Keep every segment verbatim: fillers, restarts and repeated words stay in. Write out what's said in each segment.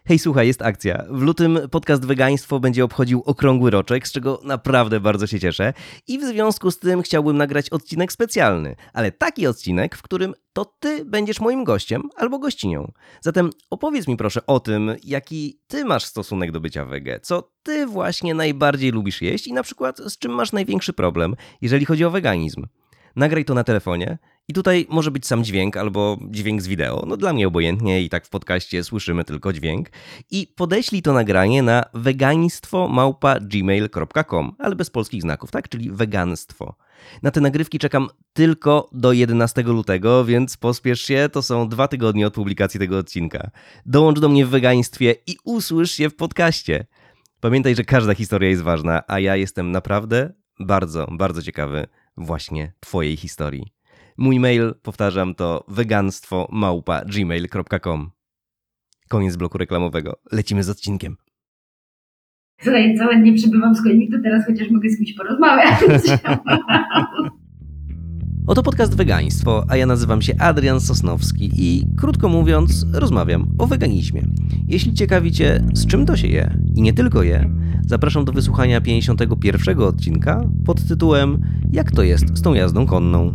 Hej, słuchaj, jest akcja. W lutym podcast Wegaństwo będzie obchodził okrągły roczek, z czego naprawdę bardzo się cieszę. I w związku z tym chciałbym nagrać odcinek specjalny, ale taki odcinek, w którym to ty będziesz moim gościem albo gościnią. Zatem opowiedz mi proszę o tym, jaki ty masz stosunek do bycia wege, co ty właśnie najbardziej lubisz jeść i na przykład z czym masz największy problem, jeżeli chodzi o weganizm. Nagraj to na telefonie i tutaj może być sam dźwięk albo dźwięk z wideo. No dla mnie obojętnie i tak w podcaście słyszymy tylko dźwięk. I podeślij to nagranie na weganistwo małpa gmail kropka com, ale bez polskich znaków, tak? Czyli weganstwo. Na te nagrywki czekam tylko do jedenastego lutego, więc pospiesz się, to są dwa tygodnie od publikacji tego odcinka. Dołącz do mnie w wegaństwie i usłysz się w podcaście. Pamiętaj, że każda historia jest ważna, a ja jestem naprawdę bardzo, bardzo ciekawy właśnie twojej historii. Mój mail, powtarzam, to weganstwo małpa gmail kropka com. Koniec bloku reklamowego. Lecimy z odcinkiem. Słuchaj, całe dnie przybywam z końmi, to teraz chociaż mogę z kimś porozmawiać. Oto podcast Wegaństwo, a ja nazywam się Adrian Sosnowski i krótko mówiąc rozmawiam o weganizmie. Jeśli ciekawi cię, z czym to się je i nie tylko je, zapraszam do wysłuchania pięćdziesiątego pierwszego odcinka pod tytułem Jak to jest z tą jazdą konną?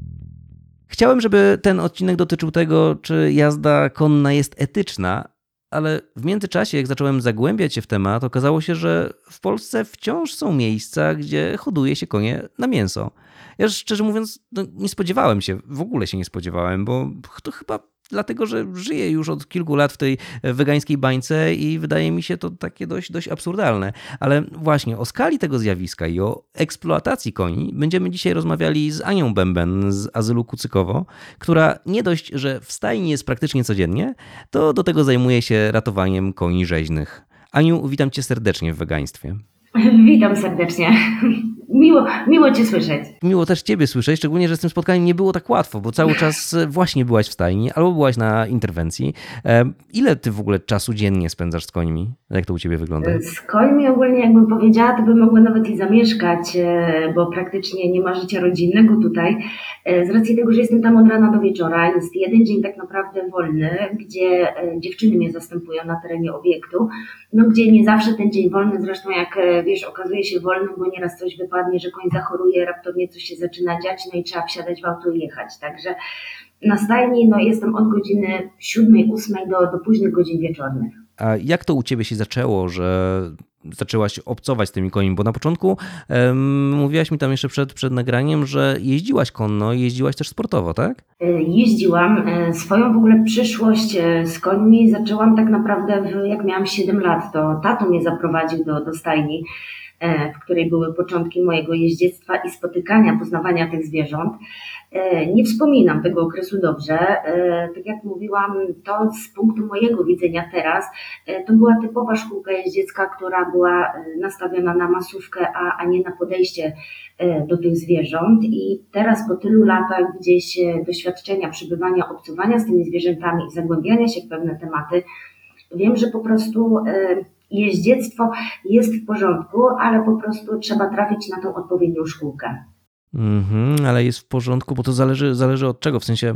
Chciałem, żeby ten odcinek dotyczył tego, czy jazda konna jest etyczna, ale w międzyczasie, jak zacząłem zagłębiać się w temat, okazało się, że w Polsce wciąż są miejsca, gdzie hoduje się konie na mięso. Ja szczerze mówiąc no, nie spodziewałem się, w ogóle się nie spodziewałem, bo to chyba dlatego, że żyję już od kilku lat w tej wegańskiej bańce i wydaje mi się to takie dość, dość absurdalne. Ale właśnie o skali tego zjawiska i o eksploatacji koni będziemy dzisiaj rozmawiali z Anią Bęben z Azylu Kucykowo, która nie dość, że w stajni jest praktycznie codziennie, to do tego zajmuje się ratowaniem koni rzeźnych. Aniu, witam cię serdecznie w wegaństwie. Witam serdecznie. Miło, miło cię słyszeć. Miło też ciebie słyszeć, szczególnie, że z tym spotkaniem nie było tak łatwo, bo cały czas właśnie byłaś w stajni albo byłaś na interwencji. Ile ty w ogóle czasu dziennie spędzasz z końmi? Jak to u ciebie wygląda? Z końmi ogólnie jakbym powiedziała, to bym mogła nawet i zamieszkać, bo praktycznie nie ma życia rodzinnego tutaj. Z racji tego, że jestem tam od rana do wieczora, jest jeden dzień tak naprawdę wolny, gdzie dziewczyny mnie zastępują na terenie obiektu, no gdzie nie zawsze ten dzień wolny, zresztą jak wiesz, okazuje się wolnym, bo nieraz coś wypadnie, że koń zachoruje, raptownie coś się zaczyna dziać, no i trzeba wsiadać w auto i jechać. Także na stajni no, jestem od godziny siódmej, ósmej do, do późnych godzin wieczornych. A jak to u ciebie się zaczęło, że zaczęłaś obcować z tymi końmi? Bo na początku um, mówiłaś mi tam jeszcze przed, przed nagraniem, że jeździłaś konno i jeździłaś też sportowo, tak? Jeździłam. Swoją w ogóle przyszłość z końmi zaczęłam tak naprawdę w, jak miałam siedem lat, to tato mnie zaprowadził do, do stajni, w której były początki mojego jeździectwa i spotykania, poznawania tych zwierząt. Nie wspominam tego okresu dobrze. Tak jak mówiłam, to z punktu mojego widzenia teraz, to była typowa szkółka jeździecka, która była nastawiona na masówkę, a, a nie na podejście do tych zwierząt. I teraz po tylu latach gdzieś doświadczenia, przebywania, obcowania z tymi zwierzętami i zagłębiania się w pewne tematy, wiem, że po prostu jeździectwo jest w porządku, ale po prostu trzeba trafić na tą odpowiednią szkółkę. Mm-hmm, ale jest w porządku, bo to zależy, zależy od czego, w sensie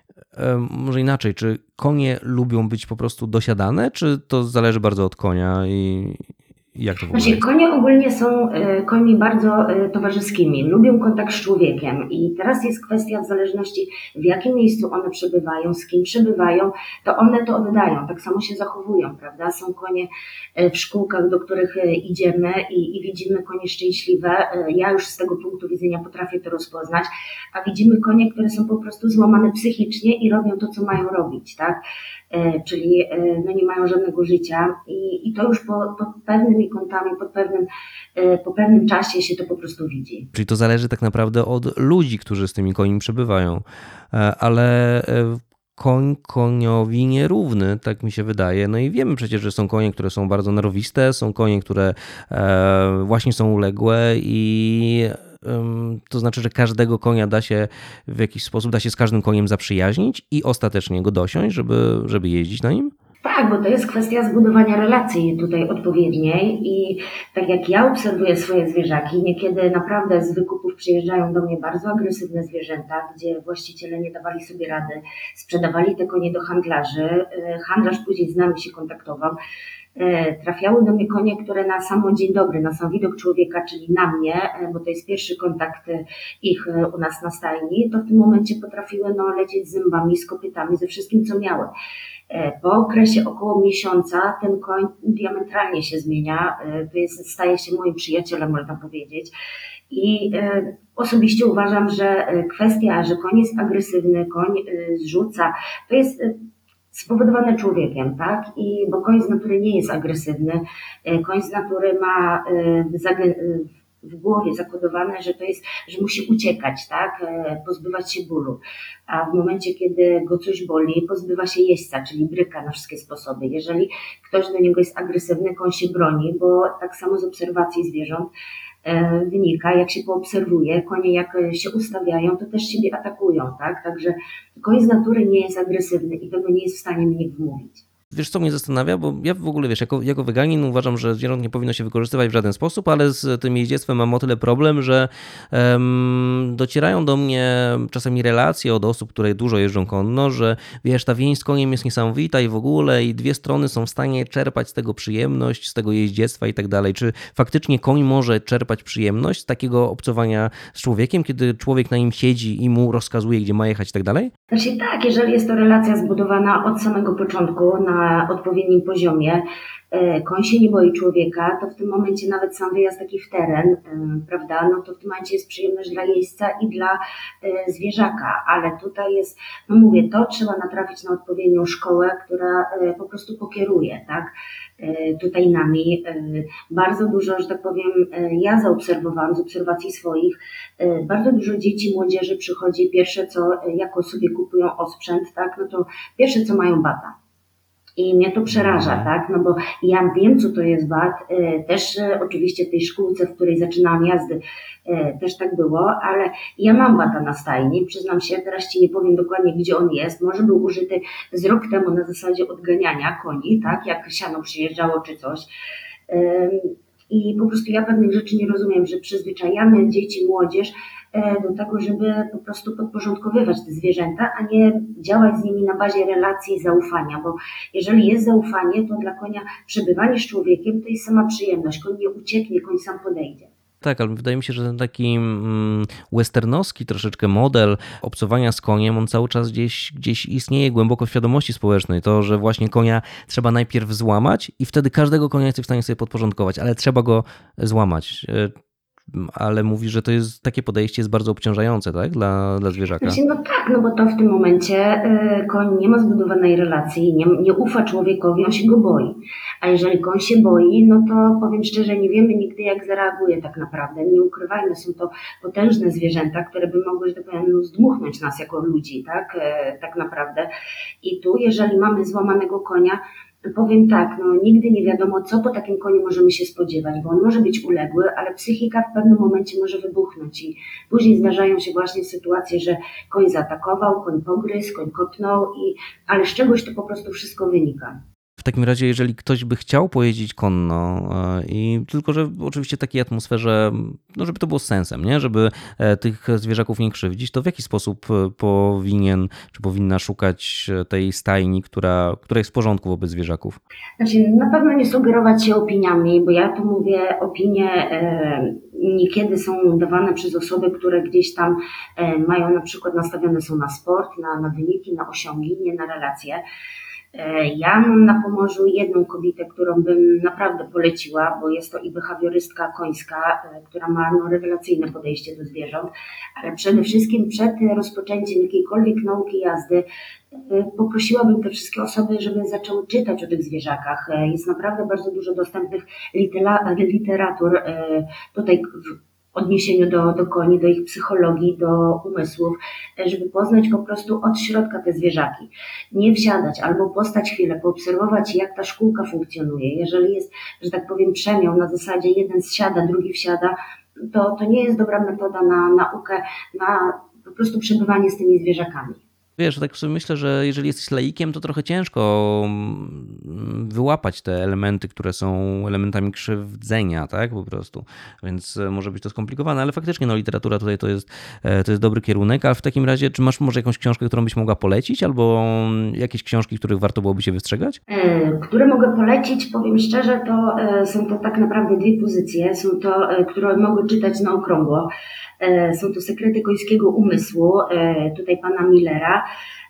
e, może inaczej, czy konie lubią być po prostu dosiadane, czy to zależy bardzo od konia i jak to w ogóle znaczy, jest? Konie ogólnie są końmi bardzo towarzyskimi, lubią kontakt z człowiekiem i teraz jest kwestia w zależności w jakim miejscu one przebywają, z kim przebywają, to one to oddają, tak samo się zachowują, prawda? Są konie w szkółkach, do których idziemy i, i widzimy konie szczęśliwe, ja już z tego punktu widzenia potrafię to rozpoznać, a widzimy konie, które są po prostu złamane psychicznie i robią to, co mają robić, tak? Czyli no, nie mają żadnego życia i, i to już po, po pewnymi kątami, po pewnym, po pewnym czasie się to po prostu widzi. Czyli to zależy tak naprawdę od ludzi, którzy z tymi końmi przebywają, ale koń koniowi nierówny, tak mi się wydaje. No i wiemy przecież, że są konie, które są bardzo nerwiste, są konie, które właśnie są uległe i to znaczy, że każdego konia da się w jakiś sposób, da się z każdym koniem zaprzyjaźnić i ostatecznie go dosiąść, żeby, żeby jeździć na nim? Tak, bo to jest kwestia zbudowania relacji tutaj odpowiedniej i tak jak ja obserwuję swoje zwierzaki, niekiedy naprawdę z wykupów przyjeżdżają do mnie bardzo agresywne zwierzęta, gdzie właściciele nie dawali sobie rady, sprzedawali te konie do handlarzy, handlarz później z nami się kontaktował. Trafiały do mnie konie, które na sam dzień dobry, na sam widok człowieka, czyli na mnie, bo to jest pierwszy kontakt ich u nas na stajni, to w tym momencie potrafiły no, lecieć z zębami, z kopytami, ze wszystkim, co miały. Po okresie około miesiąca ten koń diametralnie się zmienia, to jest, staje się moim przyjacielem, można powiedzieć. I osobiście uważam, że kwestia, że koń jest agresywny, koń zrzuca, to jest spowodowane człowiekiem, tak? I bo koń z natury nie jest agresywny, koń z natury ma w głowie zakodowane, że to jest, że musi uciekać, tak? Pozbywać się bólu. A w momencie, kiedy go coś boli, pozbywa się jeźdźca, czyli bryka na wszystkie sposoby. Jeżeli ktoś do niego jest agresywny, koń się broni, bo tak samo z obserwacji zwierząt wynika, jak się poobserwuje, konie jak się ustawiają, to też siebie atakują, tak? Także koń z natury nie jest agresywny i tego nie jest w stanie mi nikt wmówić. Wiesz, co mnie zastanawia, bo ja w ogóle, wiesz, jako, jako weganin uważam, że zwierząt nie powinno się wykorzystywać w żaden sposób, ale z tym jeździectwem mam o tyle problem, że um, docierają do mnie czasami relacje od osób, które dużo jeżdżą konno, że wiesz, ta więź z koniem jest niesamowita i w ogóle i dwie strony są w stanie czerpać z tego przyjemność, z tego jeździectwa i tak dalej. Czy faktycznie koń może czerpać przyjemność z takiego obcowania z człowiekiem, kiedy człowiek na nim siedzi i mu rozkazuje, gdzie ma jechać i tak dalej? Znaczy tak, jeżeli jest to relacja zbudowana od samego początku na odpowiednim poziomie, koń się nie boi człowieka, to w tym momencie nawet sam wyjazd taki w teren, prawda, no to w tym momencie jest przyjemność dla jeźdźca i dla zwierzaka, ale tutaj jest, no mówię, to trzeba natrafić na odpowiednią szkołę, która po prostu pokieruje, tak, tutaj nami. Bardzo dużo, że tak powiem, ja zaobserwowałam z obserwacji swoich, bardzo dużo dzieci, młodzieży przychodzi, pierwsze co, jako sobie kupują osprzęt, tak, no to pierwsze co mają bata. I mnie to przeraża, tak, no bo ja wiem, co to jest bat, też oczywiście w tej szkółce, w której zaczynałam jazdy, też tak było, ale ja mam bata na stajni, przyznam się, teraz Ci nie powiem dokładnie, gdzie on jest, może był użyty z rok temu na zasadzie odganiania koni, tak, jak siano przyjeżdżało czy coś. I po prostu ja pewnych rzeczy nie rozumiem, że przyzwyczajamy dzieci, młodzież do tego, żeby po prostu podporządkowywać te zwierzęta, a nie działać z nimi na bazie relacji i zaufania, bo jeżeli jest zaufanie, to dla konia przebywanie z człowiekiem to jest sama przyjemność, koń nie ucieknie, koń sam podejdzie. Tak, ale wydaje mi się, że ten taki westernowski troszeczkę model obcowania z koniem, on cały czas gdzieś, gdzieś istnieje głęboko w świadomości społecznej. To, że właśnie konia trzeba najpierw złamać i wtedy każdego konia jesteś w stanie sobie podporządkować, ale trzeba go złamać. Ale mówi, że to jest takie podejście jest bardzo obciążające, tak, dla, dla zwierzaka. Znaczy, no tak, no bo to w tym momencie y, koń nie ma zbudowanej relacji, nie, nie ufa człowiekowi, on się go boi. A jeżeli koń się boi, no to powiem szczerze, nie wiemy nigdy jak zareaguje tak naprawdę. Nie ukrywajmy, są to potężne zwierzęta, które by mogły, że tak powiem, no, zdmuchnąć nas jako ludzi, tak, y, tak naprawdę. I tu, jeżeli mamy złamanego konia, powiem tak, no nigdy nie wiadomo, co po takim koniu możemy się spodziewać, bo on może być uległy, ale psychika w pewnym momencie może wybuchnąć i później zdarzają się właśnie sytuacje, że koń zaatakował, koń pogryzł, koń kopnął, i, ale z czegoś to po prostu wszystko wynika. W takim razie, jeżeli ktoś by chciał pojeździć konno i tylko, że oczywiście w takiej atmosferze, no żeby to było z sensem, nie? Żeby tych zwierzaków nie krzywdzić, to w jaki sposób powinien czy powinna szukać tej stajni, która, która jest w porządku wobec zwierzaków? Znaczy, na pewno nie sugerować się opiniami, bo ja tu mówię, opinie e, niekiedy są dawane przez osoby, które gdzieś tam e, mają na przykład nastawione są na sport, na, na wyniki, na osiągi, nie na relacje. Ja mam na Pomorzu jedną kobietę, którą bym naprawdę poleciła, bo jest to i behawiorystka końska, która ma no, rewelacyjne podejście do zwierząt, ale przede wszystkim przed rozpoczęciem jakiejkolwiek nauki jazdy poprosiłabym te wszystkie osoby, żeby zaczęły czytać o tych zwierzakach. Jest naprawdę bardzo dużo dostępnych literatur tutaj w odniesieniu do, do koni, do ich psychologii, do umysłów, żeby poznać po prostu od środka te zwierzaki. Nie wsiadać albo postać chwilę, poobserwować, jak ta szkółka funkcjonuje. Jeżeli jest, że tak powiem, przemiał na zasadzie jeden zsiada, drugi wsiada, to, to nie jest dobra metoda na naukę, na po prostu przebywanie z tymi zwierzakami. Wiesz, tak sobie myślę, że jeżeli jesteś laikiem, to trochę ciężko mm, wyłapać te elementy, które są elementami krzywdzenia, tak, po prostu. Więc e, może być to skomplikowane, ale faktycznie no, literatura tutaj to jest, e, to jest dobry kierunek. Ale w takim razie, czy masz może jakąś książkę, którą byś mogła polecić, albo jakieś książki, których warto byłoby się wystrzegać? E, Które mogę polecić, powiem szczerze, to e, są to tak naprawdę dwie pozycje, są to, e, które mogę czytać na okrągło. E, Są to Sekrety końskiego umysłu, e, tutaj pana Millera,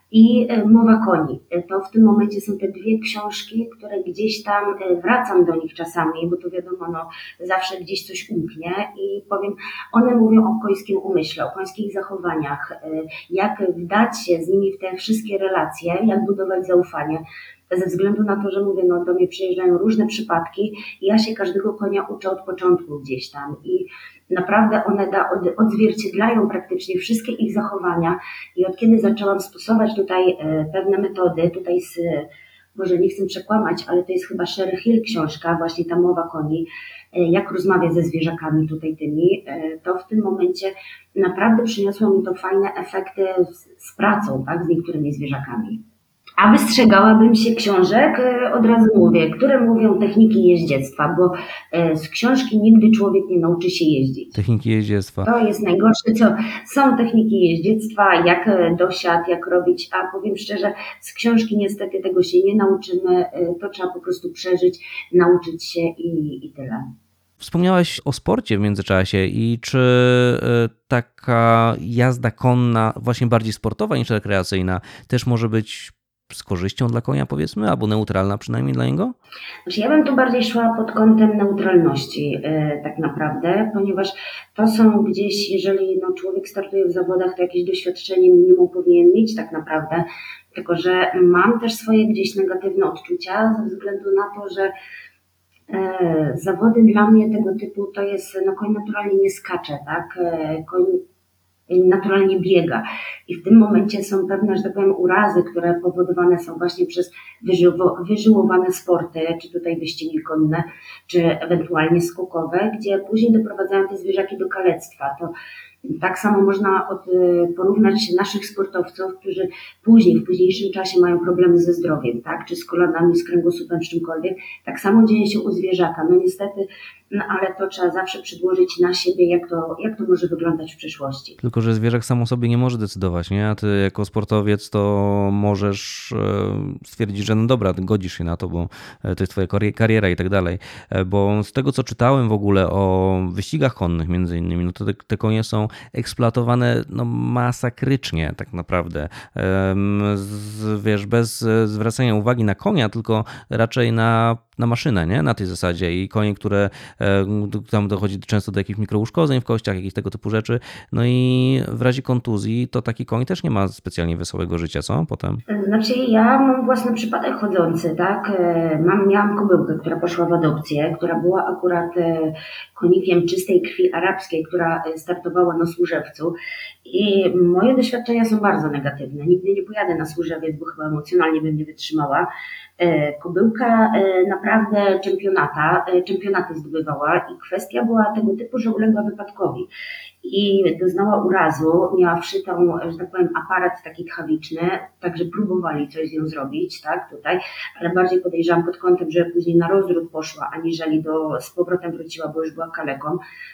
i e, Mowa koni. E, To w tym momencie są te dwie książki, które gdzieś tam e, wracam do nich czasami, bo to wiadomo, no, zawsze gdzieś coś umknie i powiem, one mówią o końskim umyśle, o końskich zachowaniach, e, jak wdać się z nimi w te wszystkie relacje, jak budować zaufanie. Ze względu na to, że mówię, no do mnie przyjeżdżają różne przypadki i ja się każdego konia uczę od początku gdzieś tam i naprawdę one da, od, odzwierciedlają praktycznie wszystkie ich zachowania i od kiedy zaczęłam stosować tutaj e, pewne metody, tutaj z, może nie chcę przekłamać, ale to jest chyba Sherry Hill książka, właśnie ta Mowa koni, e, jak rozmawiać ze zwierzakami tutaj tymi, e, to w tym momencie naprawdę przyniosło mi to fajne efekty z, z pracą, tak, z niektórymi zwierzakami. A wystrzegałabym się książek, e, od razu mówię, które mówią techniki jeździectwa, bo e, z książki nigdy człowiek nie nauczy się jeździć. Techniki jeździectwa. To jest najgorsze, co są techniki jeździectwa, jak e, dosiad, jak robić, a powiem szczerze, z książki niestety tego się nie nauczymy, e, to trzeba po prostu przeżyć, nauczyć się i, i tyle. Wspomniałeś o sporcie w międzyczasie i czy e, taka jazda konna, właśnie bardziej sportowa niż rekreacyjna, też może być z korzyścią dla konia, powiedzmy, albo neutralna przynajmniej dla niego? Znaczy, ja bym tu bardziej szła pod kątem neutralności e, tak naprawdę, ponieważ to są gdzieś, jeżeli no, człowiek startuje w zawodach, to jakieś doświadczenie minimum powinien mieć tak naprawdę, tylko że mam też swoje gdzieś negatywne odczucia ze względu na to, że e, zawody dla mnie tego typu to jest, no koń naturalnie nie skacze, tak, e, koń naturalnie biega. I w tym momencie są pewne, że tak powiem, urazy, które powodowane są właśnie przez wyżyło, wyżyłowane sporty, czy tutaj wyścigi konne, czy ewentualnie skokowe, gdzie później doprowadzają te zwierzaki do kalectwa. To tak samo można od, porównać naszych sportowców, którzy później, w późniejszym czasie mają problemy ze zdrowiem, tak? Czy z kolanami, z kręgosłupem, z czymkolwiek. Tak samo dzieje się u zwierzaka. No niestety, no ale to trzeba zawsze przedłożyć na siebie, jak to, jak to może wyglądać w przyszłości. Tylko że zwierzak sam o sobie nie może decydować, nie? A ty jako sportowiec to możesz e, stwierdzić, że no dobra, godzisz się na to, bo to jest twoja kari- kariera i tak dalej. E, Bo z tego, co czytałem w ogóle o wyścigach konnych między innymi, no to te, te konie są eksploatowane no, masakrycznie tak naprawdę. Em, Z, wiesz, bez zwracania uwagi na konia, tylko raczej na na maszynę, nie? Na tej zasadzie i konie, które e, tam dochodzi często do jakichś mikrouszkodzeń w kościach, jakichś tego typu rzeczy. No i w razie kontuzji to taki koń też nie ma specjalnie wesołego życia, co potem? Znaczy ja mam własny przypadek chodzący, tak? E, Mam, miałam kobyłkę, która poszła w adopcję, która była akurat e, konikiem czystej krwi arabskiej, która e, startowała na Służewcu i moje doświadczenia są bardzo negatywne. Nigdy nie pojadę na Służewiec, bo chyba emocjonalnie bym nie wytrzymała. E, Kobyłka e, naprawdę czempionata, e, czempionaty zdobywała i kwestia była tego typu, że uległa wypadkowi i doznała urazu, miała wszytą, że tak powiem, aparat taki tchawiczny, także próbowali coś z nią zrobić, tak, tutaj, ale bardziej podejrzewam pod kątem, że później na rozród poszła, aniżeli do, z powrotem wróciła, bo już była kaleką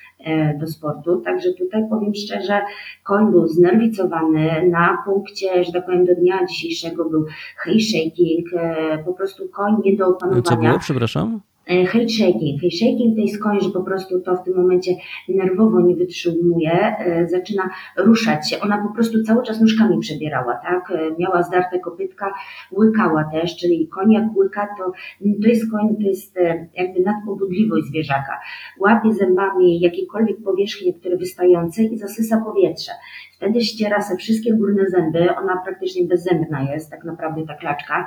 e, do sportu, także tutaj powiem szczerze, koń był znerwicowany na punkcie, że tak powiem, do dnia dzisiejszego był hay shaking, e, po prostu koń nie do opanowania. Co było, przepraszam? Head shaking. Head shaking to jest koń, że po prostu to w tym momencie nerwowo nie wytrzymuje, e, zaczyna ruszać się. Ona po prostu cały czas nóżkami przebierała, tak? E, Miała zdarte kopytka, łykała też, czyli koń jak łyka, to, to jest koń, to jest e, jakby nadpobudliwość zwierzaka. Łapie zębami jakiekolwiek powierzchnie, które wystające i zasysa powietrze. Wtedy ściera sobie wszystkie górne zęby, ona praktycznie bezzębna jest, tak naprawdę ta klaczka.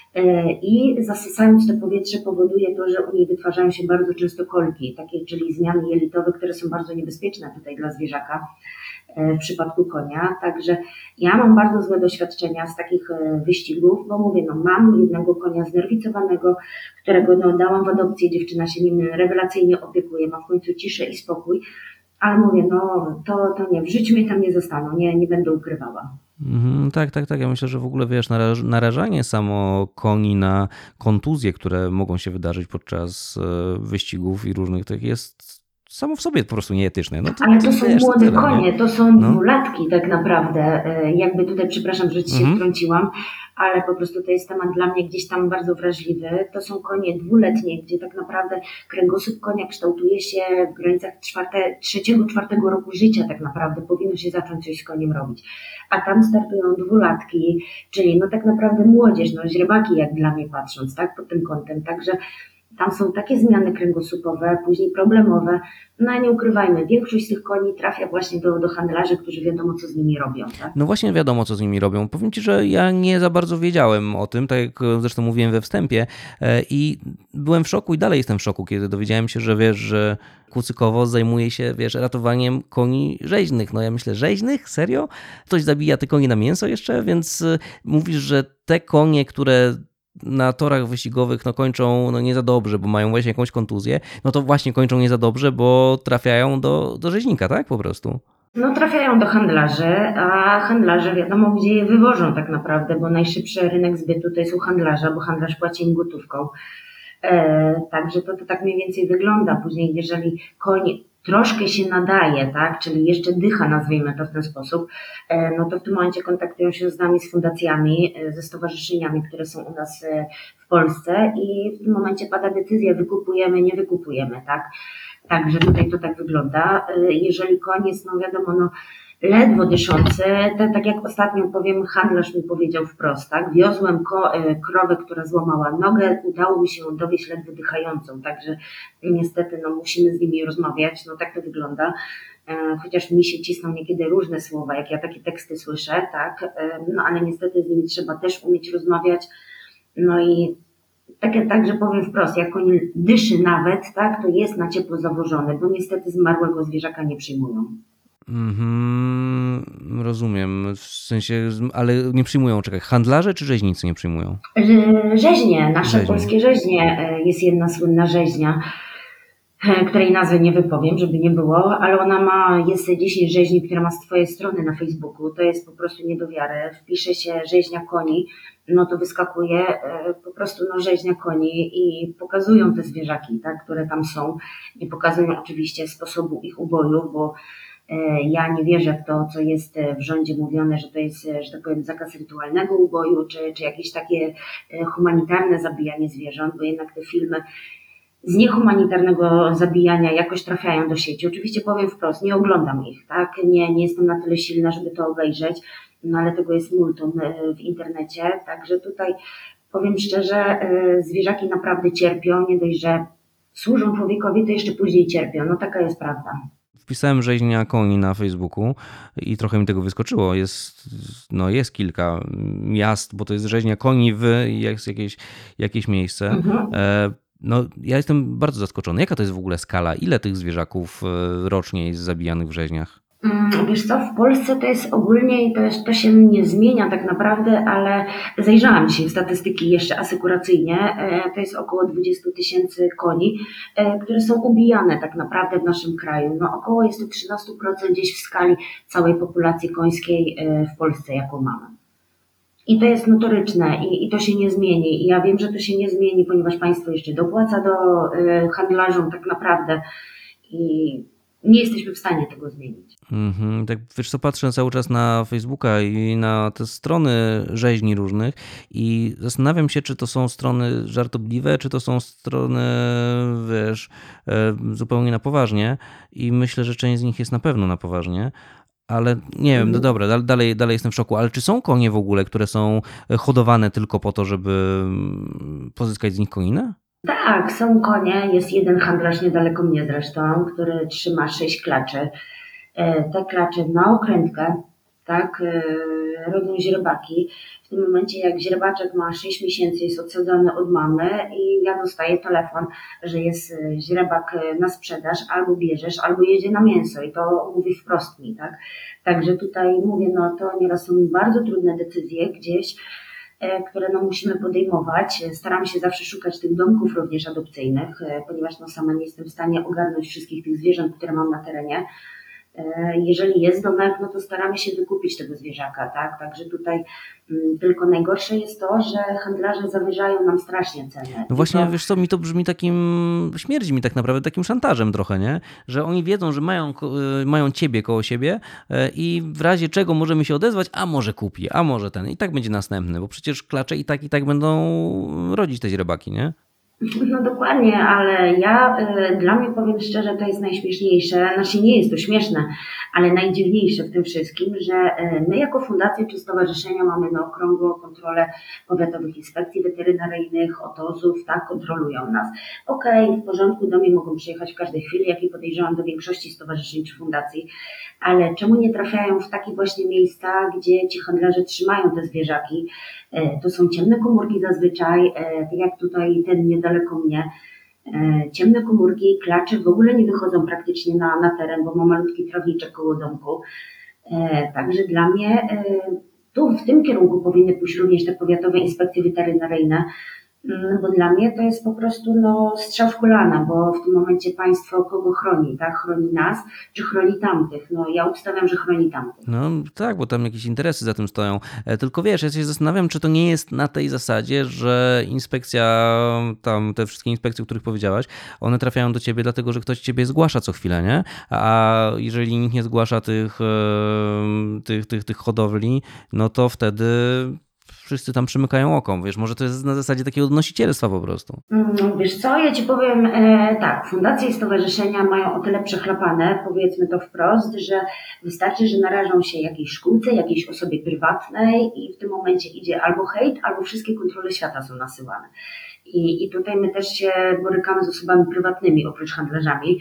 I zasysając to powietrze powoduje to, że u niej wytwarzają się bardzo często kolki, takie, czyli zmiany jelitowe, które są bardzo niebezpieczne tutaj dla zwierzaka w przypadku konia. Także ja mam bardzo złe doświadczenia z takich wyścigów, bo mówię, no mam jednego konia znerwicowanego, którego no, dałam w adopcję, dziewczyna się nim rewelacyjnie opiekuje, ma w końcu ciszę i spokój, ale mówię, no to, to nie, w życiu mnie tam nie zostaną, nie, nie będę ukrywała. Mhm, tak, tak, tak. Ja myślę, że w ogóle wiesz, naraż- narażanie samo koni na kontuzje, które mogą się wydarzyć podczas e, wyścigów i różnych tych jest samo w sobie po prostu nieetyczne. No to, Ale to to są wiesz, to młode tyle, nie? konie, to są No. dwulatki tak naprawdę. E, Jakby tutaj, przepraszam, że ci się Mhm. wtrąciłam, ale po prostu to jest temat dla mnie gdzieś tam bardzo wrażliwy. To są konie dwuletnie, gdzie tak naprawdę kręgosłup konia kształtuje się w granicach czwarte, trzeciego, czwartego roku życia tak naprawdę. Powinno się zacząć coś z koniem robić. A tam startują dwulatki, czyli no tak naprawdę młodzież, no źrebaki jak dla mnie patrząc, tak, pod tym kątem. Także tam są takie zmiany kręgosłupowe, później problemowe. No a nie ukrywajmy, większość z tych koni trafia właśnie do, do handlarzy, którzy wiadomo, co z nimi robią. Tak? No właśnie wiadomo, co z nimi robią. Powiem ci, że ja nie za bardzo wiedziałem o tym, tak jak zresztą mówiłem we wstępie e, i byłem w szoku i dalej jestem w szoku, kiedy dowiedziałem się, że wiesz, że Kucykowo zajmuje się, wiesz, ratowaniem koni rzeźnych. No ja myślę, rzeźnych? Serio? Ktoś zabija te konie na mięso jeszcze? Więc e, mówisz, że te konie, które na torach wyścigowych no, kończą no, nie za dobrze, bo mają właśnie jakąś kontuzję, no to właśnie kończą nie za dobrze, bo trafiają do, do rzeźnika, tak? Po prostu. No trafiają do handlarzy, a handlarze wiadomo, gdzie je wywożą tak naprawdę, bo najszybszy rynek zbytu to jest u handlarza, bo handlarz płaci im gotówką. E, także to, to tak mniej więcej wygląda. Później, jeżeli koń troszkę się nadaje, tak, czyli jeszcze dycha, nazwijmy to w ten sposób, e, no to w tym momencie kontaktują się z nami, z fundacjami, e, ze stowarzyszeniami, które są u nas e, w Polsce i w tym momencie pada decyzja, wykupujemy, nie wykupujemy, tak. Także tutaj to tak wygląda. E, jeżeli koń jest, no wiadomo, no ledwo dyszący, to, tak jak ostatnio powiem, handlarz mi powiedział wprost, tak, wiozłem ko, krowę, która złamała nogę, udało mi się ją dowieźć ledwo dychającą, także niestety no, musimy z nimi rozmawiać, no tak to wygląda, e, chociaż mi się cisną niekiedy różne słowa, jak ja takie teksty słyszę, tak, e, no ale niestety z nimi trzeba też umieć rozmawiać, no i tak, tak, że powiem wprost, jak koń dyszy nawet, tak, to jest na ciepło zawożony, bo niestety zmarłego zwierzaka nie przyjmują. Mhm, rozumiem. W sensie, ale nie przyjmują, czekaj, handlarze czy rzeźnicy nie przyjmują? Rzeźnie, nasze Rzeźnie. polskie rzeźnie, jest jedna słynna rzeźnia, której nazwy nie wypowiem, żeby nie było, ale ona ma, jest dziesięć rzeźni, która ma swoje strony na Facebooku, to jest po prostu nie do wiary. Wpisze się rzeźnia koni, no to wyskakuje po prostu no, rzeźnia koni i pokazują te zwierzaki, tak, które tam są. Nie pokazują oczywiście sposobu ich uboju, bo ja nie wierzę w to, co jest w rządzie mówione, że to jest, że tak powiem, zakaz rytualnego uboju, czy, czy jakieś takie humanitarne zabijanie zwierząt, bo jednak te filmy z niehumanitarnego zabijania jakoś trafiają do sieci. Oczywiście powiem wprost, nie oglądam ich, tak? Nie, nie jestem na tyle silna, żeby to obejrzeć, no ale tego jest multum w internecie, także tutaj powiem szczerze, zwierzaki naprawdę cierpią, nie dość, że służą człowiekowi, to jeszcze później cierpią, no taka jest prawda. Wpisałem rzeźnia koni na Facebooku i trochę mi tego wyskoczyło. Jest, no jest kilka miast, bo to jest rzeźnia koni w jest jakieś, jakieś miejsce. Mhm. No, ja jestem bardzo zaskoczony. Jaka to jest w ogóle skala? Ile tych zwierzaków rocznie jest zabijanych w rzeźniach? Wiesz co, w Polsce to jest ogólnie i to, jest, to się nie zmienia tak naprawdę, ale zajrzałam się w statystyki jeszcze asykuracyjnie, to jest około dwadzieścia tysięcy koni, które są ubijane tak naprawdę w naszym kraju. No około jest to trzynaście procent gdzieś w skali całej populacji końskiej w Polsce, jaką mamy. I to jest notoryczne i, i to się nie zmieni. I ja wiem, że to się nie zmieni, ponieważ państwo jeszcze dopłaca do handlarzom tak naprawdę i nie jesteśmy w stanie tego zmienić. Mhm, tak wiesz co, patrzę cały czas na Facebooka i na te strony rzeźni różnych i zastanawiam się, czy to są strony żartobliwe, czy to są strony, wiesz, zupełnie na poważnie i myślę, że część z nich jest na pewno na poważnie. Ale nie wiem, no dobra, dalej, dalej jestem w szoku, ale czy są konie w ogóle, które są hodowane tylko po to, żeby pozyskać z nich koninę? Tak, są konie. Jest jeden handlarz niedaleko mnie zresztą, który trzyma sześć klaczy. Te klacze na okrętkę, tak, robią źrebaki. W tym momencie jak źrebaczek ma sześć miesięcy, jest odsadzony od mamy i ja dostaję telefon, że jest źrebak na sprzedaż, albo bierzesz, albo jedzie na mięso i to mówi wprost mi, tak. Także tutaj mówię, no to nieraz są bardzo trudne decyzje gdzieś, które no musimy podejmować. Staram się zawsze szukać tych domków również adopcyjnych, ponieważ no sama nie jestem w stanie ogarnąć wszystkich tych zwierząt, które mam na terenie. Jeżeli jest domek, no to staramy się wykupić tego zwierzaka, tak? Także tutaj m, tylko najgorsze jest to, że handlarze zawyżają nam strasznie cenę. No właśnie, to... wiesz co, mi to brzmi takim, śmierdzi mi tak naprawdę takim szantażem trochę, nie? Że oni wiedzą, że mają, mają ciebie koło siebie i w razie czego możemy się odezwać, a może kupi, a może ten. I tak będzie następny, bo przecież klacze i tak i tak będą rodzić te źrebaki, nie? No dokładnie, ale ja y, dla mnie powiem szczerze, to jest najśmieszniejsze, znaczy nie jest to śmieszne, ale najdziwniejsze w tym wszystkim, że y, my jako fundacja czy stowarzyszenia mamy na okrągło kontrolę powiatowych inspekcji weterynaryjnych, O T O Z-ów, tak, kontrolują nas. Okej, okay, w porządku, do mnie mogą przyjechać w każdej chwili, jak i podejrzewam do większości stowarzyszeń czy fundacji, ale czemu nie trafiają w takie właśnie miejsca, gdzie ci handlarze trzymają te zwierzaki? Y, to są ciemne komórki zazwyczaj, y, tak jak tutaj ten niedaleko mnie, ciemne komórki, klacze w ogóle nie wychodzą praktycznie na, na teren, bo ma malutki trawniczek koło domku. Także dla mnie tu w tym kierunku powinny pójść również te powiatowe inspekcje weterynaryjne, bo dla mnie to jest po prostu no, strzał w kolana, bo w tym momencie państwo kogo chroni, tak? Chroni nas, czy chroni tamtych? No ja obstawiam, że chroni tamtych. No tak, bo tam jakieś interesy za tym stoją. Tylko wiesz, ja się zastanawiam, czy to nie jest na tej zasadzie, że inspekcja, tam te wszystkie inspekcje, o których powiedziałaś, one trafiają do ciebie dlatego, że ktoś ciebie zgłasza co chwilę, nie? A jeżeli nikt nie zgłasza tych, tych, tych, tych hodowli, no to wtedy wszyscy tam przymykają oko. Wiesz, może to jest na zasadzie takiego odnosicielstwa po prostu. Wiesz co, ja ci powiem e, tak, fundacje i stowarzyszenia mają o tyle przechlapane, powiedzmy to wprost, że wystarczy, że narażą się jakiejś szkółce, jakiejś osobie prywatnej i w tym momencie idzie albo hejt, albo wszystkie kontrole świata są nasyłane. I, i tutaj my też się borykamy z osobami prywatnymi, oprócz handlarzami.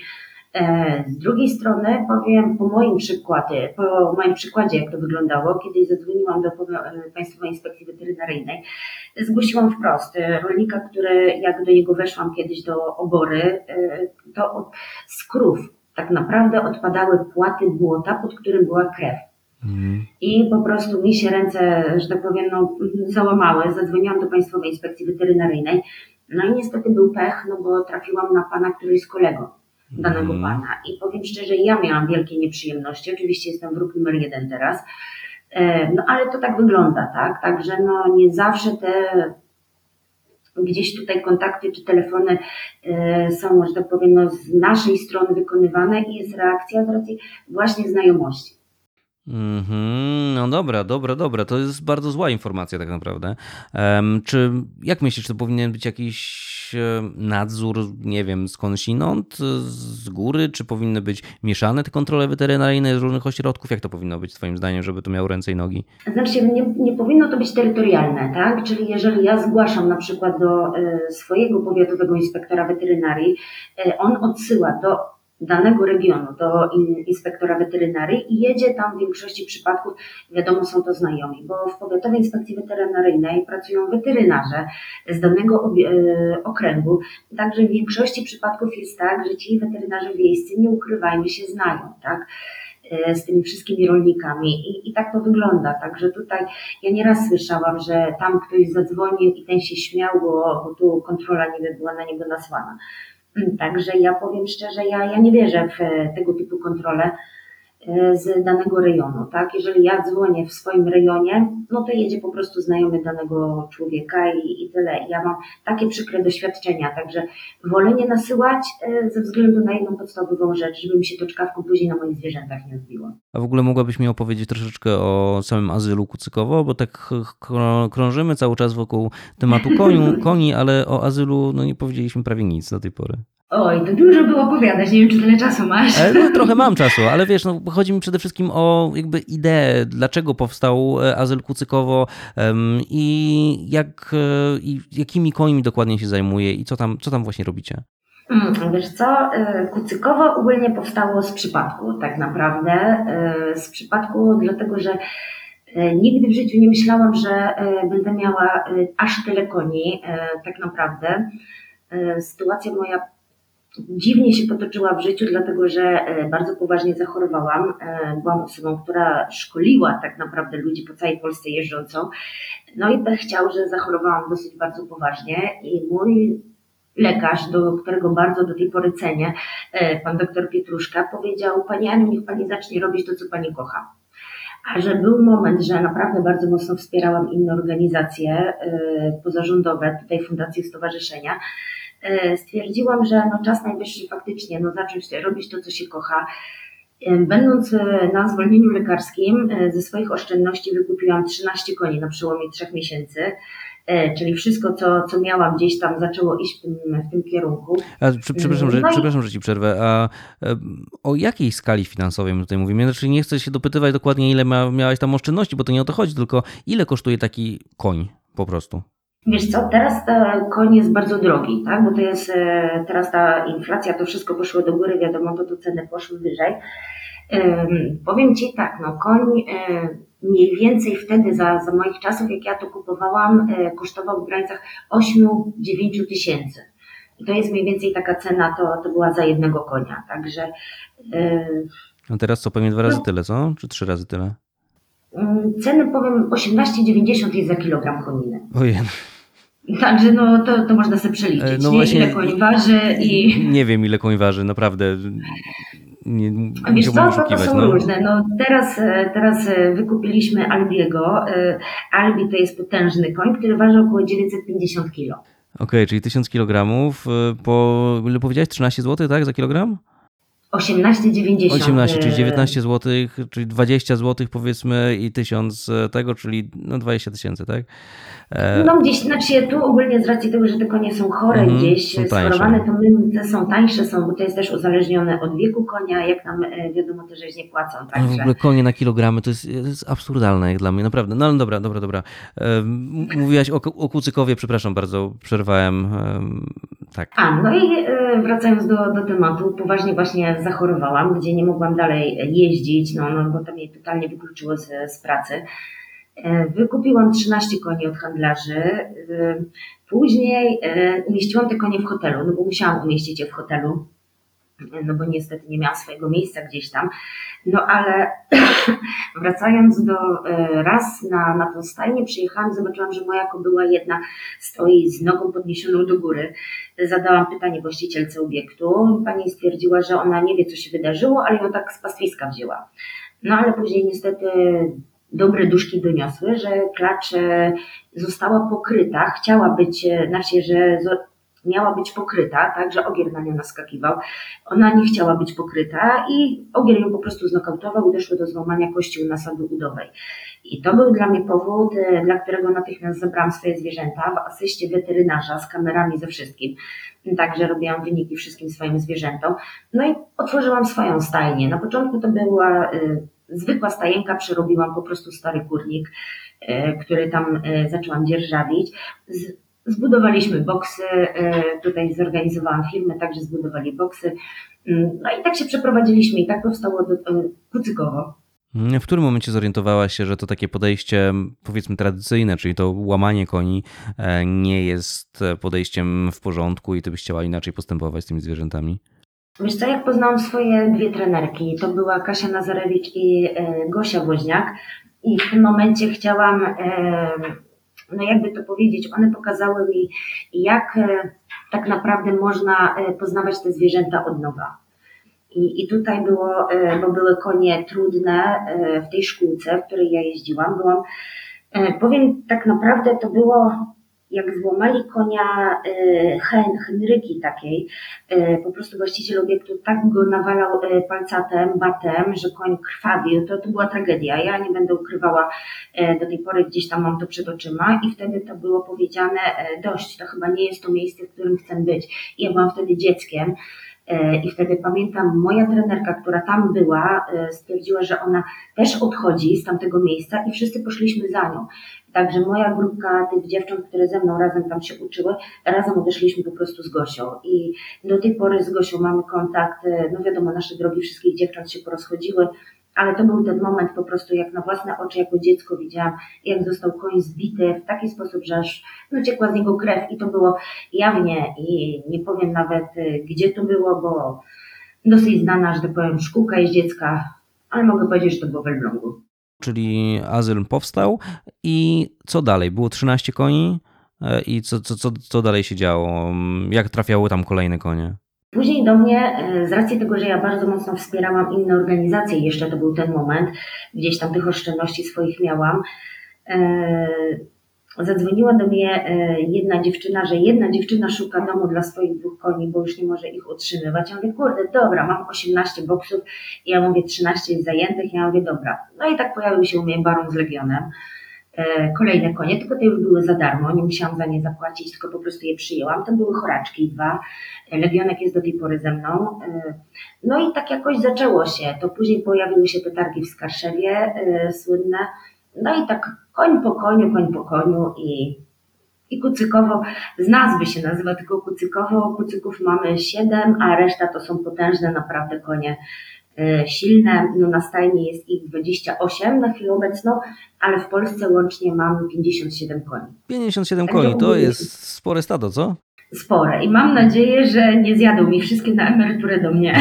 Z drugiej strony powiem po moim przykładzie, po moim przykładzie, jak to wyglądało, kiedy zadzwoniłam do Państwowej Inspekcji Weterynaryjnej, zgłosiłam wprost rolnika, który jak do niego weszłam kiedyś do obory, to od, z krów tak naprawdę odpadały płaty błota, pod którym była krew. Mhm. I po prostu mi się ręce, że tak powiem, no, załamały. Zadzwoniłam do Państwowej Inspekcji Weterynaryjnej. No i niestety był pech, no bo trafiłam na pana, który jest kolegą danego hmm. pana. I powiem szczerze, ja miałam wielkie nieprzyjemności. Oczywiście jestem wróg numer jeden teraz. No ale to tak wygląda, tak? Także no nie zawsze te gdzieś tutaj kontakty czy telefony są, że tak powiem, no, z naszej strony wykonywane i jest reakcja z racji właśnie znajomości. Mm-hmm. No dobra, dobra, dobra. To jest bardzo zła informacja tak naprawdę. Um, czy jak myślisz, to powinien być jakiś nadzór, nie wiem, skądinąd, z góry, czy powinny być mieszane te kontrole weterynaryjne z różnych ośrodków? Jak to powinno być twoim zdaniem, żeby to miało ręce i nogi? Znaczy nie, nie powinno to być terytorialne, tak? Czyli jeżeli ja zgłaszam na przykład do y, swojego powiatowego inspektora weterynarii, y, on odsyła do danego regionu, do inspektora weterynarii i jedzie tam w większości przypadków, wiadomo, są to znajomi, bo w Powiatowej Inspekcji Weterynaryjnej pracują weterynarze z danego okręgu, także w większości przypadków jest tak, że ci weterynarze wiejscy, nie ukrywajmy się, znają, tak, z tymi wszystkimi rolnikami i, i tak to wygląda, także tutaj ja nieraz słyszałam, że tam ktoś zadzwonił i ten się śmiał, bo, bo tu kontrola nie była na niego nasłana. Także ja powiem szczerze, ja, ja nie wierzę w tego typu kontrole z danego rejonu, tak? Jeżeli ja dzwonię w swoim rejonie, no to jedzie po prostu znajomy danego człowieka i, i tyle. Ja mam takie przykre doświadczenia, także wolę nie nasyłać ze względu na jedną podstawową rzecz, żeby mi się to czkawką później na moich zwierzętach nie odbiło. A w ogóle mogłabyś mi opowiedzieć troszeczkę o samym azylu Kucykowo, bo tak krążymy cały czas wokół tematu koni, koni, ale o azylu no nie powiedzieliśmy prawie nic do tej pory. Oj, to dużo było opowiadać, nie wiem, czy tyle czasu masz. No, trochę mam czasu, ale wiesz, no, chodzi mi przede wszystkim o jakby ideę, dlaczego powstał azyl Kucykowo um, i, jak, i jakimi końmi dokładnie się zajmuje i co tam, co tam właśnie robicie. Wiesz co, Kucykowo ogólnie powstało z przypadku tak naprawdę, z przypadku dlatego, że nigdy w życiu nie myślałam, że będę miała aż tyle koni tak naprawdę. Sytuacja moja dziwnie się potoczyła w życiu, dlatego że bardzo poważnie zachorowałam. Byłam osobą, która szkoliła tak naprawdę ludzi po całej Polsce jeżdżącą. No i pech chciał, że zachorowałam dosyć bardzo poważnie i mój lekarz, do którego bardzo do tej pory cenię, pan doktor Pietruszka, powiedział: Pani Aniu, niech Pani zacznie robić to, co Pani kocha. A że był moment, że naprawdę bardzo mocno wspierałam inne organizacje pozarządowe, tutaj fundacje, stowarzyszenia, stwierdziłam, że no czas najwyższy faktycznie no zacząć robić to, co się kocha. Będąc na zwolnieniu lekarskim, ze swoich oszczędności wykupiłam trzynaście koni na przełomie trzech miesięcy, czyli wszystko, co, co miałam gdzieś tam zaczęło iść w tym, w tym kierunku. A, przepraszam, że, no i... przepraszam, że ci przerwę. A o jakiej skali finansowej my tutaj mówimy? Znaczy nie chcę się dopytywać dokładnie, ile ma, miałaś tam oszczędności, bo to nie o to chodzi, tylko ile kosztuje taki koń po prostu? Wiesz co, teraz ten koń jest bardzo drogi, tak? Bo to jest teraz ta inflacja, to wszystko poszło do góry, wiadomo, to, to ceny poszły wyżej. Um, powiem Ci tak, no koń um, mniej więcej wtedy za, za moich czasów, jak ja to kupowałam, um, kosztował w granicach osiem do dziewięciu tysięcy. I to jest mniej więcej taka cena, to, to była za jednego konia, także... Um, A teraz co, pewnie dwa razy no, tyle, co? Czy trzy razy tyle? Um, ceny powiem osiemnaście dziewięćdziesiąt jest za kilogram koniny. Ojej. Także no to, to można sobie przeliczyć, no nie? właśnie, Ile koń waży i... Nie wiem, ile koń waży, naprawdę. Nie, Wiesz co, to, to są no. różne. No teraz, teraz wykupiliśmy Albiego. Albi to jest potężny koń, który waży około dziewięćset pięćdziesiąt kilo. Okej, okay, czyli tysiąc kilogramów po, ile powiedziałeś, trzynaście złotych, tak, za kilogram? osiemnaście dziewięćdziesiąt. osiemnaście, czyli dziewiętnaście złotych, czyli dwadzieścia złotych powiedzmy i tysiąc tego, czyli no dwadzieścia tysięcy, tak? E... No gdzieś, znaczy tu ogólnie z racji tego, że te konie są chore mm, gdzieś, schorowane, to my, te są tańsze, są, bo to jest też uzależnione od wieku konia, jak nam wiadomo, te rzeźnie płacą. Także... W ogóle konie na kilogramy to jest, to jest absurdalne jak dla mnie, naprawdę. No ale dobra, dobra, dobra. E, mówiłaś o, o kucykowie, przepraszam bardzo, przerwałem. E, tak. A, no i wracając do, do tematu, poważnie właśnie zachorowałam, gdzie nie mogłam dalej jeździć, no, no bo to mnie totalnie wykluczyło z, z pracy. Wykupiłam trzynaście koni od handlarzy, później umieściłam te konie w hotelu, no bo musiałam umieścić je w hotelu, no bo niestety nie miałam swojego miejsca gdzieś tam, no ale wracając do raz na, na tą stajnię przyjechałam, zobaczyłam, że moja kobyła jedna stoi z nogą podniesioną do góry. Zadałam pytanie właścicielce obiektu, pani stwierdziła, że ona nie wie, co się wydarzyło, ale ją tak z pastwiska wzięła. No ale później niestety dobre duszki doniosły, że klacz została pokryta, chciała być, znaczy, że miała być pokryta, tak, że ogier na nią naskakiwał. Ona nie chciała być pokryta i ogier ją po prostu znokautował i doszło do złamania kości u nasady udowej. I to był dla mnie powód, dla którego natychmiast zabrałam swoje zwierzęta w asyście weterynarza z kamerami ze wszystkim. Także robiłam wyniki wszystkim swoim zwierzętom. No i otworzyłam swoją stajnię. Na początku to była y, zwykła stajenka, przerobiłam po prostu stary kurnik, y, który tam y, zaczęłam dzierżawić. Z, Zbudowaliśmy boksy, tutaj zorganizowałam firmę, także zbudowali boksy. No i tak się przeprowadziliśmy i tak powstało do, kucykowo. W którym momencie zorientowałaś się, że to takie podejście powiedzmy tradycyjne, czyli to łamanie koni nie jest podejściem w porządku i ty byś chciała inaczej postępować z tymi zwierzętami? Wiesz co, jak poznałam swoje dwie trenerki, to była Kasia Nazarewicz i Gosia Woźniak i w tym momencie chciałam... no jakby to powiedzieć, one pokazały mi, jak tak naprawdę można poznawać te zwierzęta od nowa. I, i tutaj było, bo były konie trudne w tej szkółce, w której ja jeździłam, byłam, powiem tak naprawdę to było, jak złamali konia hen, Henryki takiej, po prostu właściciel obiektu tak go nawalał palcatem, batem, że koń krwawił, to, to była tragedia. Ja nie będę ukrywała, do tej pory gdzieś tam mam to przed oczyma i wtedy to było powiedziane, dość, to chyba nie jest to miejsce, w którym chcę być. I ja byłam wtedy dzieckiem. I wtedy pamiętam, moja trenerka, która tam była, stwierdziła, że ona też odchodzi z tamtego miejsca i wszyscy poszliśmy za nią. Także moja grupka tych dziewcząt, które ze mną razem tam się uczyły, razem odeszliśmy po prostu z Gosią. I do tej pory z Gosią mamy kontakt, no wiadomo, nasze drogi wszystkich dziewcząt się porozchodziły, ale to był ten moment po prostu, jak na własne oczy jako dziecko widziałam, jak został koń zbity w taki sposób, że aż no, ciekła z niego krew i to było jawnie i nie powiem nawet gdzie to było, bo dosyć znana, że tak powiem, szkółka jeździecka, ale mogę powiedzieć, że to było w Elblągu. Czyli azyl powstał i co dalej? Było trzynaście koni, i co, co, co, co dalej się działo? Jak trafiały tam kolejne konie? Później do mnie, z racji tego, że ja bardzo mocno wspierałam inne organizacje, jeszcze to był ten moment, gdzieś tam tych oszczędności swoich miałam, zadzwoniła do mnie jedna dziewczyna, że jedna dziewczyna szuka domu dla swoich dwóch koni, bo już nie może ich utrzymywać. Ja mówię, kurde, dobra, mam osiemnaście boksów, i ja mówię, trzynaście jest zajętych, ja mówię, dobra. No i tak pojawił się u mnie Baron z Legionem. Kolejne konie, tylko te już były za darmo, nie musiałam za nie zapłacić, tylko po prostu je przyjęłam. To były choraczki dwa, Legionek jest do tej pory ze mną. No i tak jakoś zaczęło się, to później pojawiły się te targi w Skarszewie, słynne. No i tak koń po koniu, koń po koniu i, i Kucykowo, z nazwy się nazywa tylko Kucykowo, Kucyków mamy siedem, a reszta to są potężne naprawdę konie, silne, no na stajni jest ich dwadzieścia osiem na chwilę obecną, ale w Polsce łącznie mam pięćdziesiąt siedem koni. pięćdziesiąt siedem koni, to jest spore stado, co? Spore i mam nadzieję, że nie zjadą mi wszystkie na emeryturę do mnie.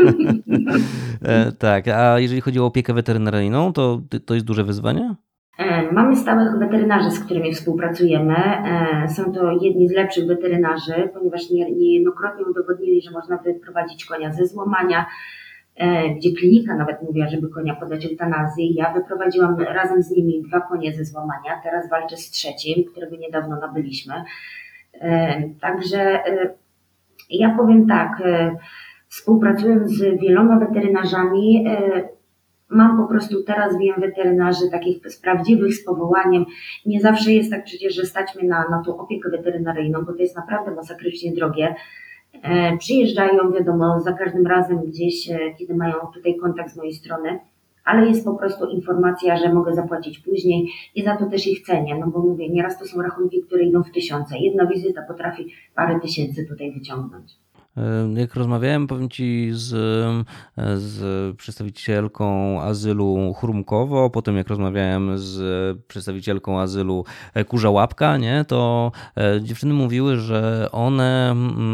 e, tak, a jeżeli chodzi o opiekę weterynaryjną, to, to jest duże wyzwanie? Mamy stałych weterynarzy, z którymi współpracujemy. Są to jedni z lepszych weterynarzy, ponieważ niejednokrotnie udowodnili, że można wyprowadzić konia ze złamania, gdzie klinika nawet mówiła, żeby konia podać eutanazji. Ja wyprowadziłam razem z nimi dwa konie ze złamania, teraz walczę z trzecim, którego niedawno nabyliśmy. Także ja powiem tak, współpracując z wieloma weterynarzami, mam po prostu teraz wiem weterynarzy takich z prawdziwych, z powołaniem. Nie zawsze jest tak przecież, że stać mnie na, na tą opiekę weterynaryjną, bo to jest naprawdę masakrycznie drogie. E, przyjeżdżają, wiadomo, za każdym razem gdzieś, e, kiedy mają tutaj kontakt z mojej strony, ale jest po prostu informacja, że mogę zapłacić później i za to też ich cenię, no bo mówię, nieraz to są rachunki, które idą w tysiące. Jedna wizyta potrafi parę tysięcy tutaj wyciągnąć. Jak rozmawiałem, powiem Ci, z, z przedstawicielką azylu Chrumkowo, potem jak rozmawiałem z przedstawicielką azylu Kurza Łapka, nie, to dziewczyny mówiły, że one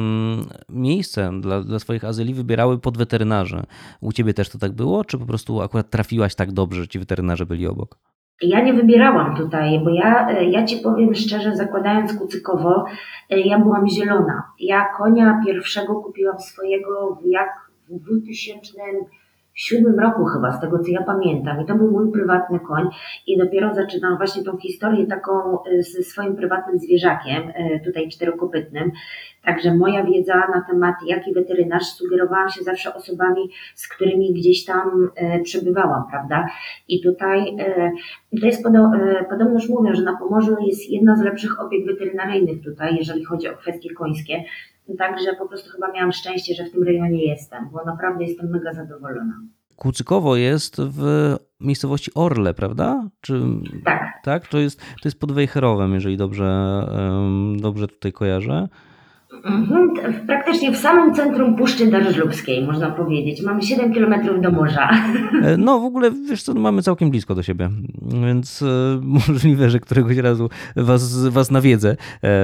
miejsce dla, dla swoich azyli wybierały pod weterynarzy. U Ciebie też to tak było, czy po prostu akurat trafiłaś tak dobrze, że Ci weterynarze byli obok? Ja nie wybierałam tutaj, bo ja, ja Ci powiem szczerze, zakładając Kucykowo, ja byłam zielona. Ja konia pierwszego kupiłam swojego w jak w dwa tysiące siódmym roku chyba, z tego co ja pamiętam. I to był mój prywatny koń i dopiero zaczynam właśnie tą historię taką ze swoim prywatnym zwierzakiem, tutaj czterokopytnym. Także moja wiedza na temat jaki weterynarz, sugerowałam się zawsze osobami, z którymi gdzieś tam przebywałam, prawda? I tutaj to jest podobnoż mówią, że na Pomorzu jest jedna z lepszych opiek weterynaryjnych tutaj, jeżeli chodzi o kwestie końskie. Także po prostu chyba miałam szczęście, że w tym rejonie jestem, bo naprawdę jestem mega zadowolona. Kucykowo jest w miejscowości Orle, prawda? Czy, tak. Tak, to jest, to jest pod Wejherowem, jeżeli dobrze, dobrze tutaj kojarzę. Mhm, praktycznie w samym centrum Puszczy Darżlubskiej, można powiedzieć. Mamy siedem kilometrów do morza. No w ogóle, wiesz co, mamy całkiem blisko do siebie, więc możliwe, że któregoś razu was, was nawiedzę.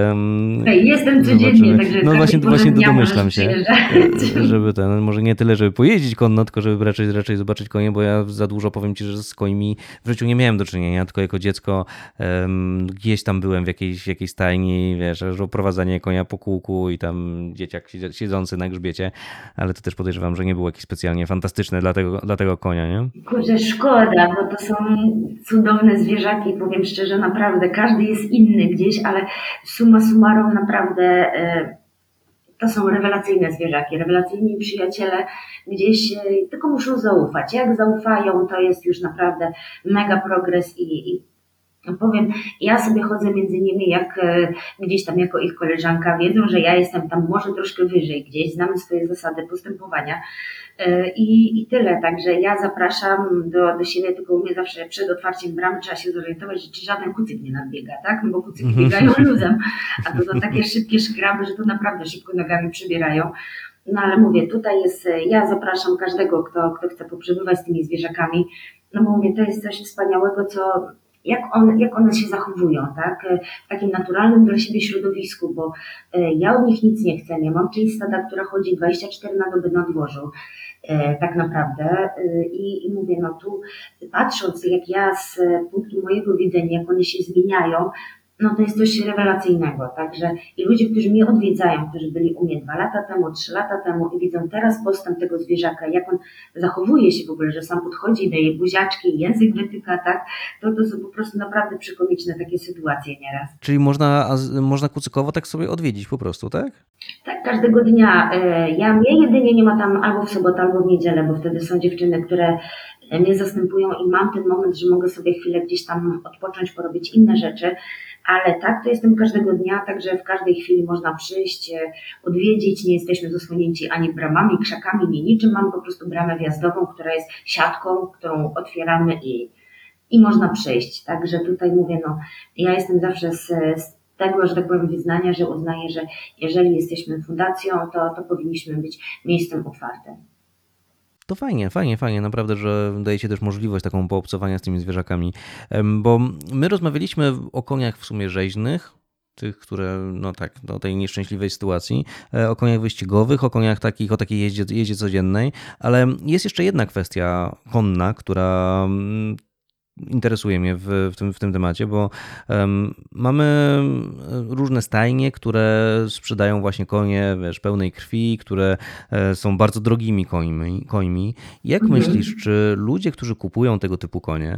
Ej, jestem codziennie, także no właśnie, właśnie domyślam się, przyjeżdżać. żeby ten, może nie tyle, żeby pojeździć konno, tylko żeby raczej, raczej zobaczyć konie, bo ja za dużo, powiem Ci, że z końmi w życiu nie miałem do czynienia, tylko jako dziecko um, gdzieś tam byłem w jakiejś, jakiejś stajni, wiesz, że oprowadzanie konia po kółku i tam dzieciak siedzący na grzbiecie, ale to też podejrzewam, że nie było jakieś specjalnie fantastyczne dla tego, dla tego konia, nie? Kurczę, szkoda, bo to są cudowne zwierzaki, powiem szczerze, naprawdę, każdy jest inny gdzieś, ale summa summarum naprawdę to są rewelacyjne zwierzaki, rewelacyjni przyjaciele, gdzieś tylko muszą zaufać. Jak zaufają, to jest już naprawdę mega progres i, i powiem, ja sobie chodzę między nimi jak gdzieś tam jako ich koleżanka, wiedzą, że ja jestem tam może troszkę wyżej gdzieś, znamy swoje zasady postępowania i, i tyle, także ja zapraszam do, do siebie, tylko u mnie zawsze przed otwarciem bramy trzeba się zorientować, że czy żaden kucyk nie nadbiega, tak, no bo kucyki biegają luzem, a to są takie szybkie szkraby, że to naprawdę szybko nogami przybierają. No ale mówię, tutaj jest, ja zapraszam każdego, kto, kto chce poprzebywać z tymi zwierzakami, no bo mówię, to jest coś wspaniałego, co Jak, on, jak one się zachowują, tak? W takim naturalnym dla siebie środowisku, bo ja od nich nic nie chcę. Ja mam część stada, która chodzi dwadzieścia cztery na dobę na dworzu, tak naprawdę. I, i mówię, no tu patrząc, jak ja z punktu mojego widzenia, jak one się zmieniają, no to jest coś rewelacyjnego, także i ludzie, którzy mnie odwiedzają, którzy byli u mnie dwa lata temu, trzy lata temu i widzą teraz postęp tego zwierzaka, jak on zachowuje się w ogóle, że sam podchodzi, daje buziaczki, język wytyka, tak, to to są po prostu naprawdę przekomiczne takie sytuacje nieraz. Czyli można, można kucykowo tak sobie odwiedzić po prostu, tak? Tak, każdego dnia. Ja mnie jedynie nie ma tam albo w sobotę, albo w niedzielę, bo wtedy są dziewczyny, które mnie zastępują i mam ten moment, że mogę sobie chwilę gdzieś tam odpocząć, porobić inne rzeczy, ale tak, to jestem każdego dnia, także w każdej chwili można przyjść, odwiedzić, nie jesteśmy zasłonięci ani bramami, krzakami, nie niczym, mamy po prostu bramę wjazdową, która jest siatką, którą otwieramy i, i można przyjść, także tutaj mówię, no ja jestem zawsze z, z tego, że tak powiem, wyznania, że uznaję, że jeżeli jesteśmy fundacją, to, to powinniśmy być miejscem otwartym. To fajnie, fajnie, fajnie, naprawdę, że dajecie też możliwość taką poobcowania z tymi zwierzakami, bo my rozmawialiśmy o koniach w sumie rzeźnych, tych, które, no tak, do tej nieszczęśliwej sytuacji, o koniach wyścigowych, o koniach takich, o takiej jeździe, jeździe codziennej, ale jest jeszcze jedna kwestia konna, która interesuje mnie w, w, tym, w tym temacie, bo um, mamy różne stajnie, które sprzedają właśnie konie, wiesz, pełnej krwi, które e, są bardzo drogimi końmi. końmi. Jak mhm. myślisz, czy ludzie, którzy kupują tego typu konie,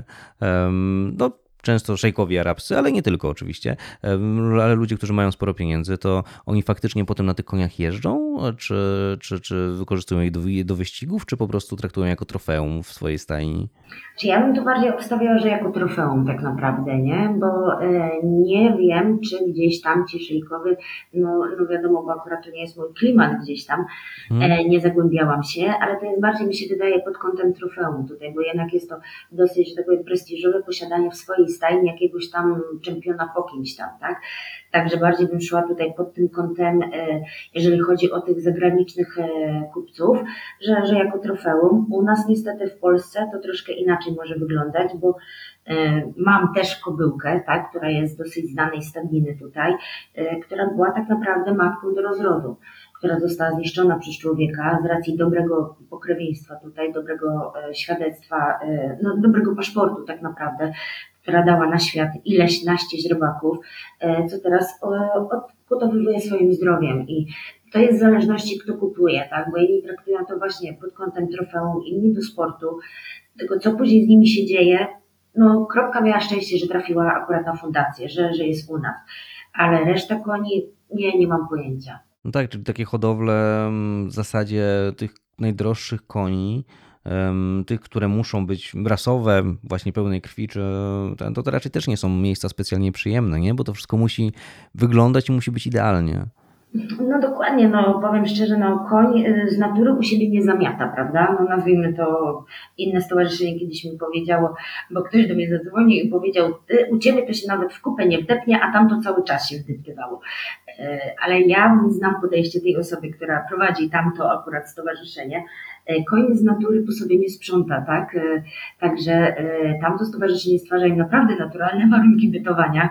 um, no często szejkowie arabscy, ale nie tylko oczywiście, ale ludzie, którzy mają sporo pieniędzy, to oni faktycznie potem na tych koniach jeżdżą, czy, czy, czy wykorzystują je do, do wyścigów, czy po prostu traktują jako trofeum w swojej stajni? Czy ja bym to bardziej obstawiała, że jako trofeum tak naprawdę, nie? Bo e, nie wiem, czy gdzieś tam ci szejkowie, no, no wiadomo, bo akurat to nie jest mój klimat gdzieś tam, hmm. e, nie zagłębiałam się, ale to jest bardziej, mi się wydaje, pod kątem trofeum tutaj, bo jednak jest to dosyć, że tak powiem, prestiżowe posiadanie w swojej stajni jakiegoś tam czempiona po kimś tam, tak? Także bardziej bym szła tutaj pod tym kątem, e, jeżeli chodzi o tych zagranicznych e, kupców, że, że jako trofeum. U nas niestety w Polsce to troszkę inaczej może wyglądać, bo e, mam też kobyłkę, tak, która jest dosyć znanej stadniny tutaj, e, która była tak naprawdę matką do rozrodu, która została zniszczona przez człowieka z racji dobrego pokrewieństwa tutaj, dobrego e, świadectwa, e, no, dobrego paszportu tak naprawdę, która dała na świat ileś naście źrebaków, e, co teraz odkutowuje swoim zdrowiem i to jest w zależności kto kupuje, tak, bo jedni traktują to właśnie pod kątem trofeum, inni do sportu, tylko co później z nimi się dzieje, no kropka miała szczęście, że trafiła akurat na fundację, że, że jest u nas, ale reszta koni nie, nie mam pojęcia. No tak, czyli takie hodowle w zasadzie tych najdroższych koni, tych, które muszą być rasowe, właśnie pełnej krwi, czy to, to raczej też nie są miejsca specjalnie przyjemne, nie? Bo to wszystko musi wyglądać i musi być idealnie. No dokładnie, no powiem szczerze, no koń z natury u siebie nie zamiata, prawda? No nazwijmy to, inne stowarzyszenie kiedyś mi powiedziało, bo ktoś do mnie zadzwonił i powiedział, ty, u ciebie to się nawet w kupę nie wdepnie, a tam to cały czas się wdeptywało. Ale ja znam podejście tej osoby, która prowadzi tamto akurat stowarzyszenie. Koń z natury po sobie nie sprząta, tak? Także tamto stowarzyszenie stwarza im naprawdę naturalne warunki bytowania.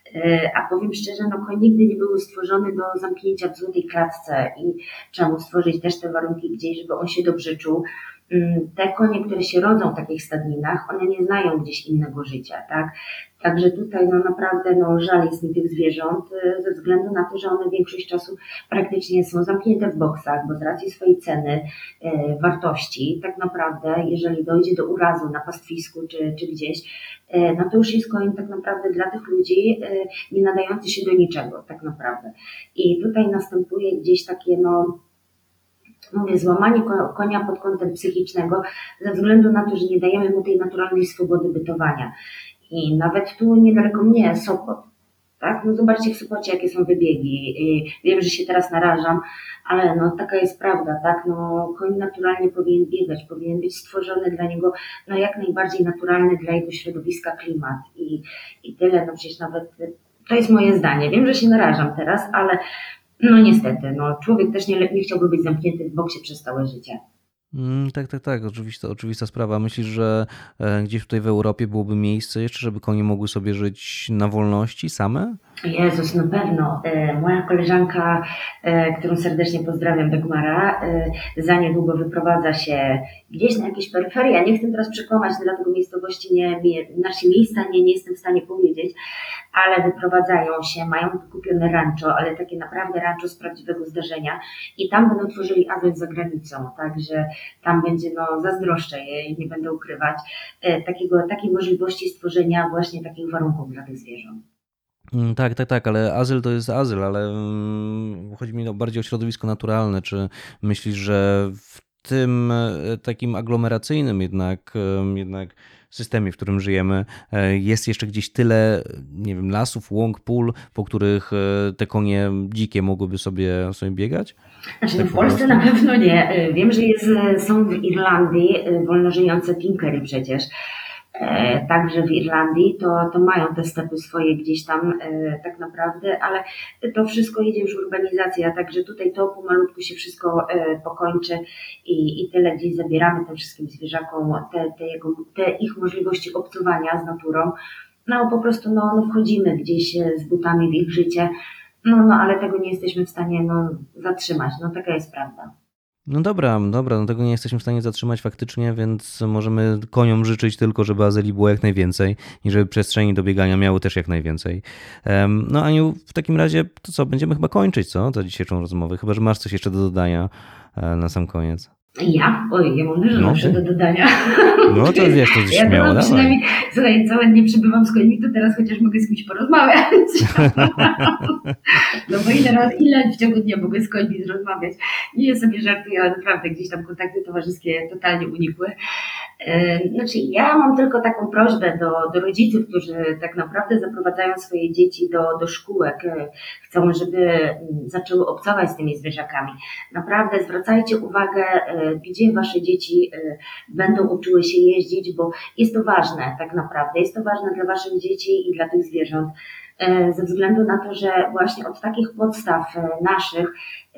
A powiem szczerze, no koń nigdy nie był stworzony do zamknięcia w złotej klatce i trzeba mu stworzyć też te warunki gdzieś, żeby on się dobrze czuł. Te konie, które się rodzą w takich stadninach, one nie znają gdzieś innego życia, tak? Także tutaj no naprawdę no, żal jest mi tych zwierząt ze względu na to, że one większość czasu praktycznie są zamknięte w boksach, bo z racji swojej ceny, e, wartości, tak naprawdę jeżeli dojdzie do urazu na pastwisku czy, czy gdzieś, e, no to już jest koń tak naprawdę dla tych ludzi e, nie nadający się do niczego tak naprawdę. I tutaj następuje gdzieś takie no mówię, złamanie konia pod kątem psychicznego ze względu na to, że nie dajemy mu tej naturalnej swobody bytowania. I nawet tu niedaleko mnie Sopot, tak? No zobaczcie w Sopocie, jakie są wybiegi. I wiem, że się teraz narażam, ale no taka jest prawda, tak? No koń naturalnie powinien biegać, powinien być stworzony dla niego no jak najbardziej naturalny dla jego środowiska klimat i, i tyle, no przecież nawet to jest moje zdanie. Wiem, że się narażam teraz, ale no niestety, no człowiek też nie, nie chciałby być zamknięty w boksie przez całe życie. Mm, tak, tak, tak, oczywista, oczywista sprawa. Myślisz, że e, gdzieś tutaj w Europie byłoby miejsce jeszcze, żeby konie mogły sobie żyć na wolności same? Jezus, na pewno. E, moja koleżanka, e, którą serdecznie pozdrawiam, Dagmara, e, za niedługo wyprowadza się gdzieś na jakieś peryferie. Ja nie chcę teraz przekłamać, dla tego miejscowości nie, nie, nasze miejsca nie, nie jestem w stanie powiedzieć, ale wyprowadzają się, mają kupione rancho, ale takie naprawdę rancho z prawdziwego zdarzenia i tam będą tworzyli azyl za granicą, także tam będzie, no zazdroszczę jej, nie będę ukrywać, takiego, takiej możliwości stworzenia właśnie takich warunków dla tych zwierząt. Tak, tak, tak, ale azyl to jest azyl, ale chodzi mi bardziej o środowisko naturalne. Czy myślisz, że w tym takim aglomeracyjnym jednak, jednak systemie, w którym żyjemy, jest jeszcze gdzieś tyle, nie wiem, lasów, łąk, pól, po których te konie dzikie mogłyby sobie, sobie biegać? Znaczy, tak w Polsce na pewno nie. Wiem, że jest, są w Irlandii wolno żyjące pinkery przecież. Także w Irlandii to, to mają te stepy swoje gdzieś tam tak naprawdę, ale to wszystko jedzie już urbanizacja, także tutaj to pomalutku się wszystko pokończy i, i tyle gdzieś zabieramy tym wszystkim zwierzakom te, te, jego, te ich możliwości obcowania z naturą, no po prostu no, no wchodzimy gdzieś z butami w ich życie, no, no ale tego nie jesteśmy w stanie no, zatrzymać, no taka jest prawda. No dobra, dobra, no tego nie jesteśmy w stanie zatrzymać faktycznie, więc możemy koniom życzyć tylko, żeby azyli było jak najwięcej i żeby przestrzeni do biegania miały też jak najwięcej. No Aniu, w takim razie to co, będziemy chyba kończyć, co, tę dzisiejszą rozmowę, chyba że masz coś jeszcze do dodania na sam koniec. Ja? Oj, ja mam dużo no, zawsze do dodania. No to wiesz, to ja śmiało, dawaj. Przynajmniej, słuchaj, całe dnie przybywam z końmi, to teraz chociaż mogę z kimś porozmawiać. No bo ile, raz, ile w ciągu dnia mogę z końmi rozmawiać? Nie sobie żartuję, ale naprawdę gdzieś tam kontakty towarzyskie totalnie unikły. Znaczy ja mam tylko taką prośbę do, do rodziców, którzy tak naprawdę zaprowadzają swoje dzieci do, do szkółek, chcą, żeby zaczęły obcować z tymi zwierzakami. Naprawdę zwracajcie uwagę, gdzie wasze dzieci będą uczyły się jeździć, bo jest to ważne tak naprawdę, jest to ważne dla waszych dzieci i dla tych zwierząt, ze względu na to, że właśnie od takich podstaw naszych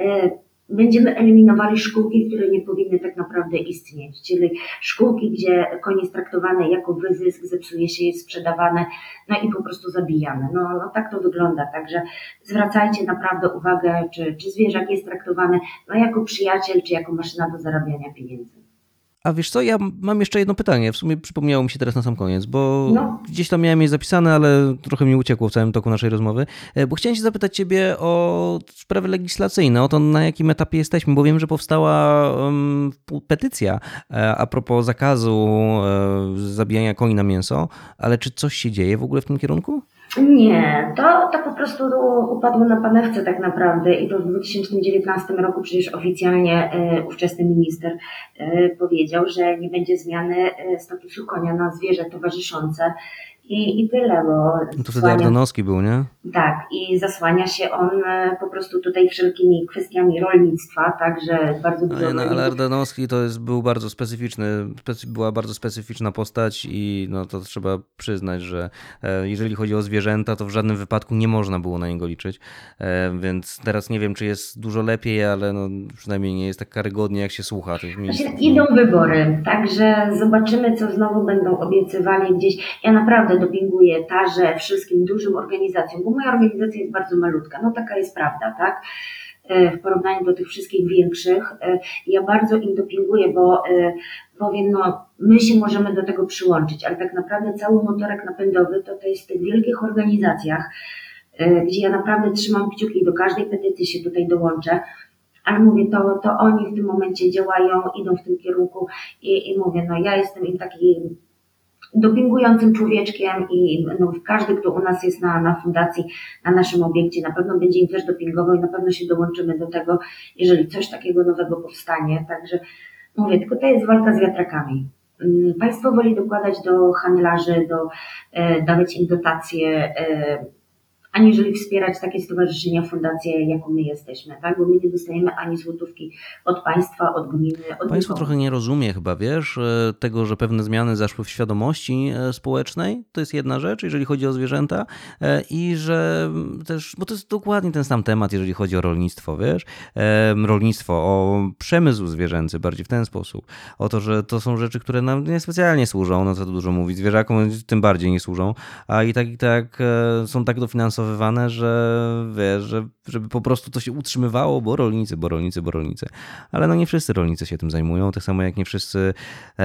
będziemy eliminowali szkółki, które nie powinny tak naprawdę istnieć, czyli szkółki, gdzie koń jest traktowany jako wyzysk, zepsuje się, jest sprzedawany, no i po prostu zabijany. No, no tak to wygląda, także zwracajcie naprawdę uwagę, czy, czy zwierzak jest traktowany no, jako przyjaciel, czy jako maszyna do zarabiania pieniędzy. A wiesz co, ja mam jeszcze jedno pytanie, w sumie przypomniało mi się teraz na sam koniec, bo no. gdzieś tam miałem je zapisane, ale trochę mi uciekło w całym toku naszej rozmowy, bo chciałem się zapytać ciebie o sprawy legislacyjne, o to na jakim etapie jesteśmy, bo wiem, że powstała um, petycja a propos zakazu um, zabijania koni na mięso, ale czy coś się dzieje w ogóle w tym kierunku? Nie, to, to po prostu upadło na panewce tak naprawdę i to w dwa tysiące dziewiętnastym roku przecież oficjalnie y, ówczesny minister y, powiedział, że nie będzie zmiany y, statusu konia na zwierzę towarzyszące i, i tyle, bo... No to wtedy Ardanowski był, nie? Tak, i zasłania się on po prostu tutaj wszelkimi kwestiami rolnictwa, także bardzo dużo... No, no, ale Ardanowski to jest, był bardzo specyficzny, była bardzo specyficzna postać i no to trzeba przyznać, że jeżeli chodzi o zwierzęta, to w żadnym wypadku nie można było na niego liczyć, więc teraz nie wiem, czy jest dużo lepiej, ale no przynajmniej nie jest tak karygodnie, jak się słucha tych ministrów. Znaczy, idą wybory, także zobaczymy, co znowu będą obiecywali gdzieś. Ja naprawdę dopinguję tarze wszystkim dużym organizacjom, bo moja organizacja jest bardzo malutka, no taka jest prawda, tak? W porównaniu do tych wszystkich większych. Ja bardzo im dopinguję, bo powiem, no my się możemy do tego przyłączyć, ale tak naprawdę cały motorek napędowy to, to jest w tych wielkich organizacjach, gdzie ja naprawdę trzymam kciuki i do każdej petycji się tutaj dołączę. Ale mówię, to, to oni w tym momencie działają, idą w tym kierunku i, i mówię, no ja jestem im taki dopingującym człowieczkiem i no, każdy, kto u nas jest na, na fundacji, na naszym obiekcie, na pewno będzie im też dopingował i na pewno się dołączymy do tego, jeżeli coś takiego nowego powstanie. Także mówię, tylko to jest walka z wiatrakami. Państwo woli dokładać do handlarzy, do, e, dawać im dotacje, e, aniżeli wspierać takie stowarzyszenia, fundacje, jaką my jesteśmy, tak? Bo my nie dostajemy ani złotówki od państwa, od gminy, od Państwo nikogo. trochę nie rozumie chyba, wiesz, tego, że pewne zmiany zaszły w świadomości społecznej, to jest jedna rzecz, jeżeli chodzi o zwierzęta i że też, bo to jest dokładnie ten sam temat, jeżeli chodzi o rolnictwo, wiesz, rolnictwo, o przemysł zwierzęcy, bardziej w ten sposób, o to, że to są rzeczy, które nam niespecjalnie służą, no co tu dużo mówić, zwierzakom tym bardziej nie służą, a i tak i tak są tak dofinansowane, dostosowywane, że wiesz, że, żeby po prostu to się utrzymywało, bo rolnicy, bo rolnicy, bo rolnicy. Ale no nie wszyscy rolnicy się tym zajmują, tak samo jak nie wszyscy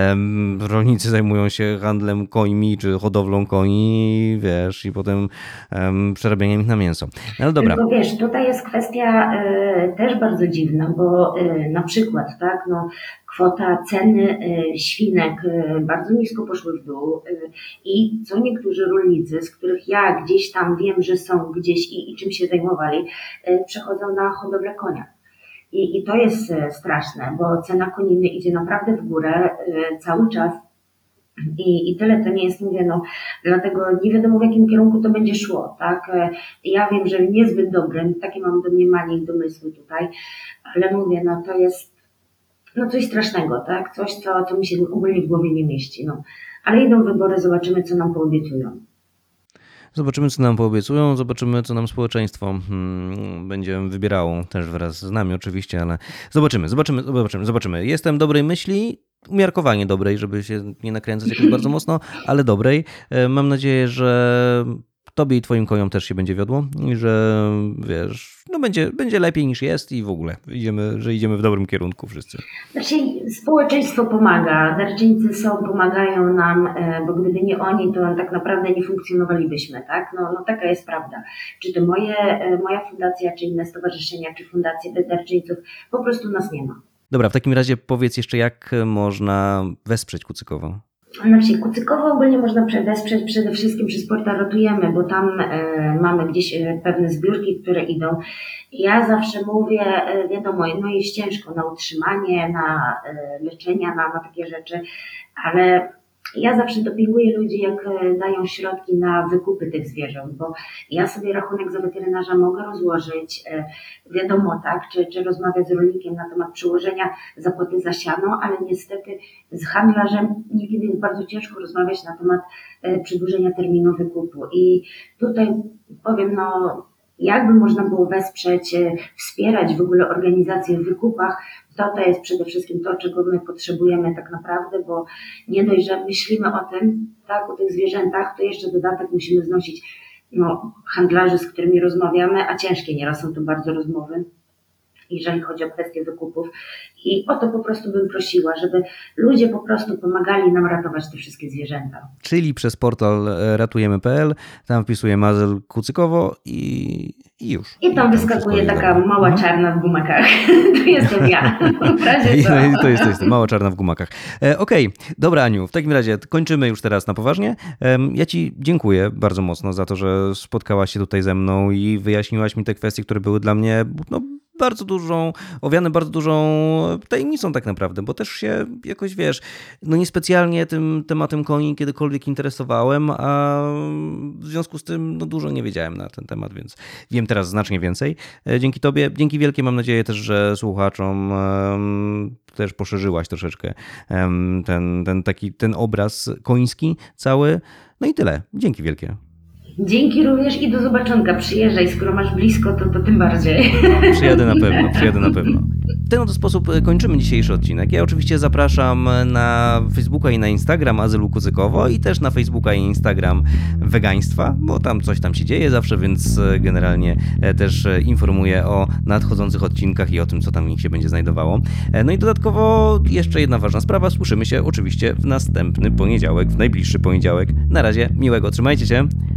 um, rolnicy zajmują się handlem końmi czy hodowlą koni, wiesz, i potem um, przerabianiem ich na mięso. No ale dobra. Tylko wiesz, tutaj jest kwestia y, też bardzo dziwna, bo y, na przykład, tak, no, kwota ceny y, świnek y, bardzo nisko poszły w dół y, i co niektórzy rolnicy, z których ja gdzieś tam wiem, że są gdzieś i, i czym się zajmowali, y, przechodzą na hodowlę konia. I, I to jest y, straszne, bo cena koniny idzie naprawdę w górę y, cały czas. I, I tyle to nie jest, mówię, no, dlatego nie wiadomo w jakim kierunku to będzie szło, tak. Ja wiem, że niezbyt dobrym, takie mam domniemanie i domysły tutaj, ale mówię, no to jest no coś strasznego, tak, coś, co, co mi się ogólnie w głowie nie mieści, no. Ale idą wybory, zobaczymy, co nam poobiecują. Zobaczymy, co nam poobiecują, zobaczymy, co nam społeczeństwo hmm, będzie wybierało, też wraz z nami oczywiście, ale zobaczymy, zobaczymy, zobaczymy, zobaczymy. Jestem dobrej myśli, umiarkowanie dobrej, żeby się nie nakręcać jakoś bardzo mocno, ale dobrej. Mam nadzieję, że tobie i twoim koniom też się będzie wiodło i że wiesz, no będzie, będzie lepiej niż jest i w ogóle idziemy, że idziemy w dobrym kierunku wszyscy. Znaczy społeczeństwo pomaga, darczyńcy są, pomagają nam, bo gdyby nie oni, to tak naprawdę nie funkcjonowalibyśmy, tak? No, no taka jest prawda. Czy to moje, moja fundacja, czy inne stowarzyszenia, czy fundacje bez darczyńców, po prostu nas nie ma. Dobra, w takim razie powiedz jeszcze, jak można wesprzeć Kucykowo? Na wsi Kucykowo ogólnie można wesprzeć przede wszystkim przez portal Ratujemy, bo tam e, mamy gdzieś e, pewne zbiórki, które idą. Ja zawsze mówię, e, wiadomo, no jest ciężko na utrzymanie, na e, leczenia, na, na takie rzeczy, ale ja zawsze dopinguję ludzi, jak dają środki na wykupy tych zwierząt, bo ja sobie rachunek za weterynarza mogę rozłożyć, wiadomo, tak, czy, czy rozmawiać z rolnikiem na temat przełożenia zapłaty za siano, ale niestety z handlarzem niekiedy jest bardzo ciężko rozmawiać na temat przedłużenia terminu wykupu. I tutaj powiem, no, jakby można było wesprzeć, wspierać w ogóle organizacje w wykupach, to to jest przede wszystkim to, czego my potrzebujemy tak naprawdę, bo nie dość, że myślimy o tym, tak, o tych zwierzętach, to jeszcze dodatek musimy znosić no, handlarzy, z którymi rozmawiamy, a ciężkie nieraz są to bardzo rozmowy, jeżeli chodzi o kwestie wykupów. I o to po prostu bym prosiła, żeby ludzie po prostu pomagali nam ratować te wszystkie zwierzęta. Czyli przez portal ratujemy kropka p l, tam wpisuję Mazel Kucykowo i, i już. I tam, tam wyskakuje taka dobrze. Mała czarna w gumakach. To jestem ja. W razie co. I to jest, to jest mała czarna w gumakach. E, Okej, okay. Dobra Aniu, w takim razie kończymy już teraz na poważnie. E, ja ci dziękuję bardzo mocno za to, że spotkałaś się tutaj ze mną i wyjaśniłaś mi te kwestie, które były dla mnie no, bardzo dużą, owiane bardzo dużą tajemnicą tak naprawdę, bo też się jakoś, wiesz, no niespecjalnie tym tematem koni kiedykolwiek interesowałem, a w związku z tym no dużo nie wiedziałem na ten temat, więc wiem teraz znacznie więcej. Dzięki tobie, dzięki wielkie, mam nadzieję też, że słuchaczom um, też poszerzyłaś troszeczkę um, ten, ten taki, ten obraz koński cały. No i tyle. Dzięki wielkie. Dzięki również i do zobaczonka. Przyjeżdżaj, skoro masz blisko, to, to tym bardziej. Przyjadę na pewno, przyjadę na pewno. W ten oto sposób kończymy dzisiejszy odcinek. Ja oczywiście zapraszam na Facebooka i na Instagram Azylu Kucykowo i też na Facebooka i Instagram Wegaństwa, bo tam coś tam się dzieje zawsze, więc generalnie też informuję o nadchodzących odcinkach i o tym, co tam w nich się będzie znajdowało. No i dodatkowo jeszcze jedna ważna sprawa. Słyszymy się oczywiście w następny poniedziałek, w najbliższy poniedziałek. Na razie, miłego, trzymajcie się.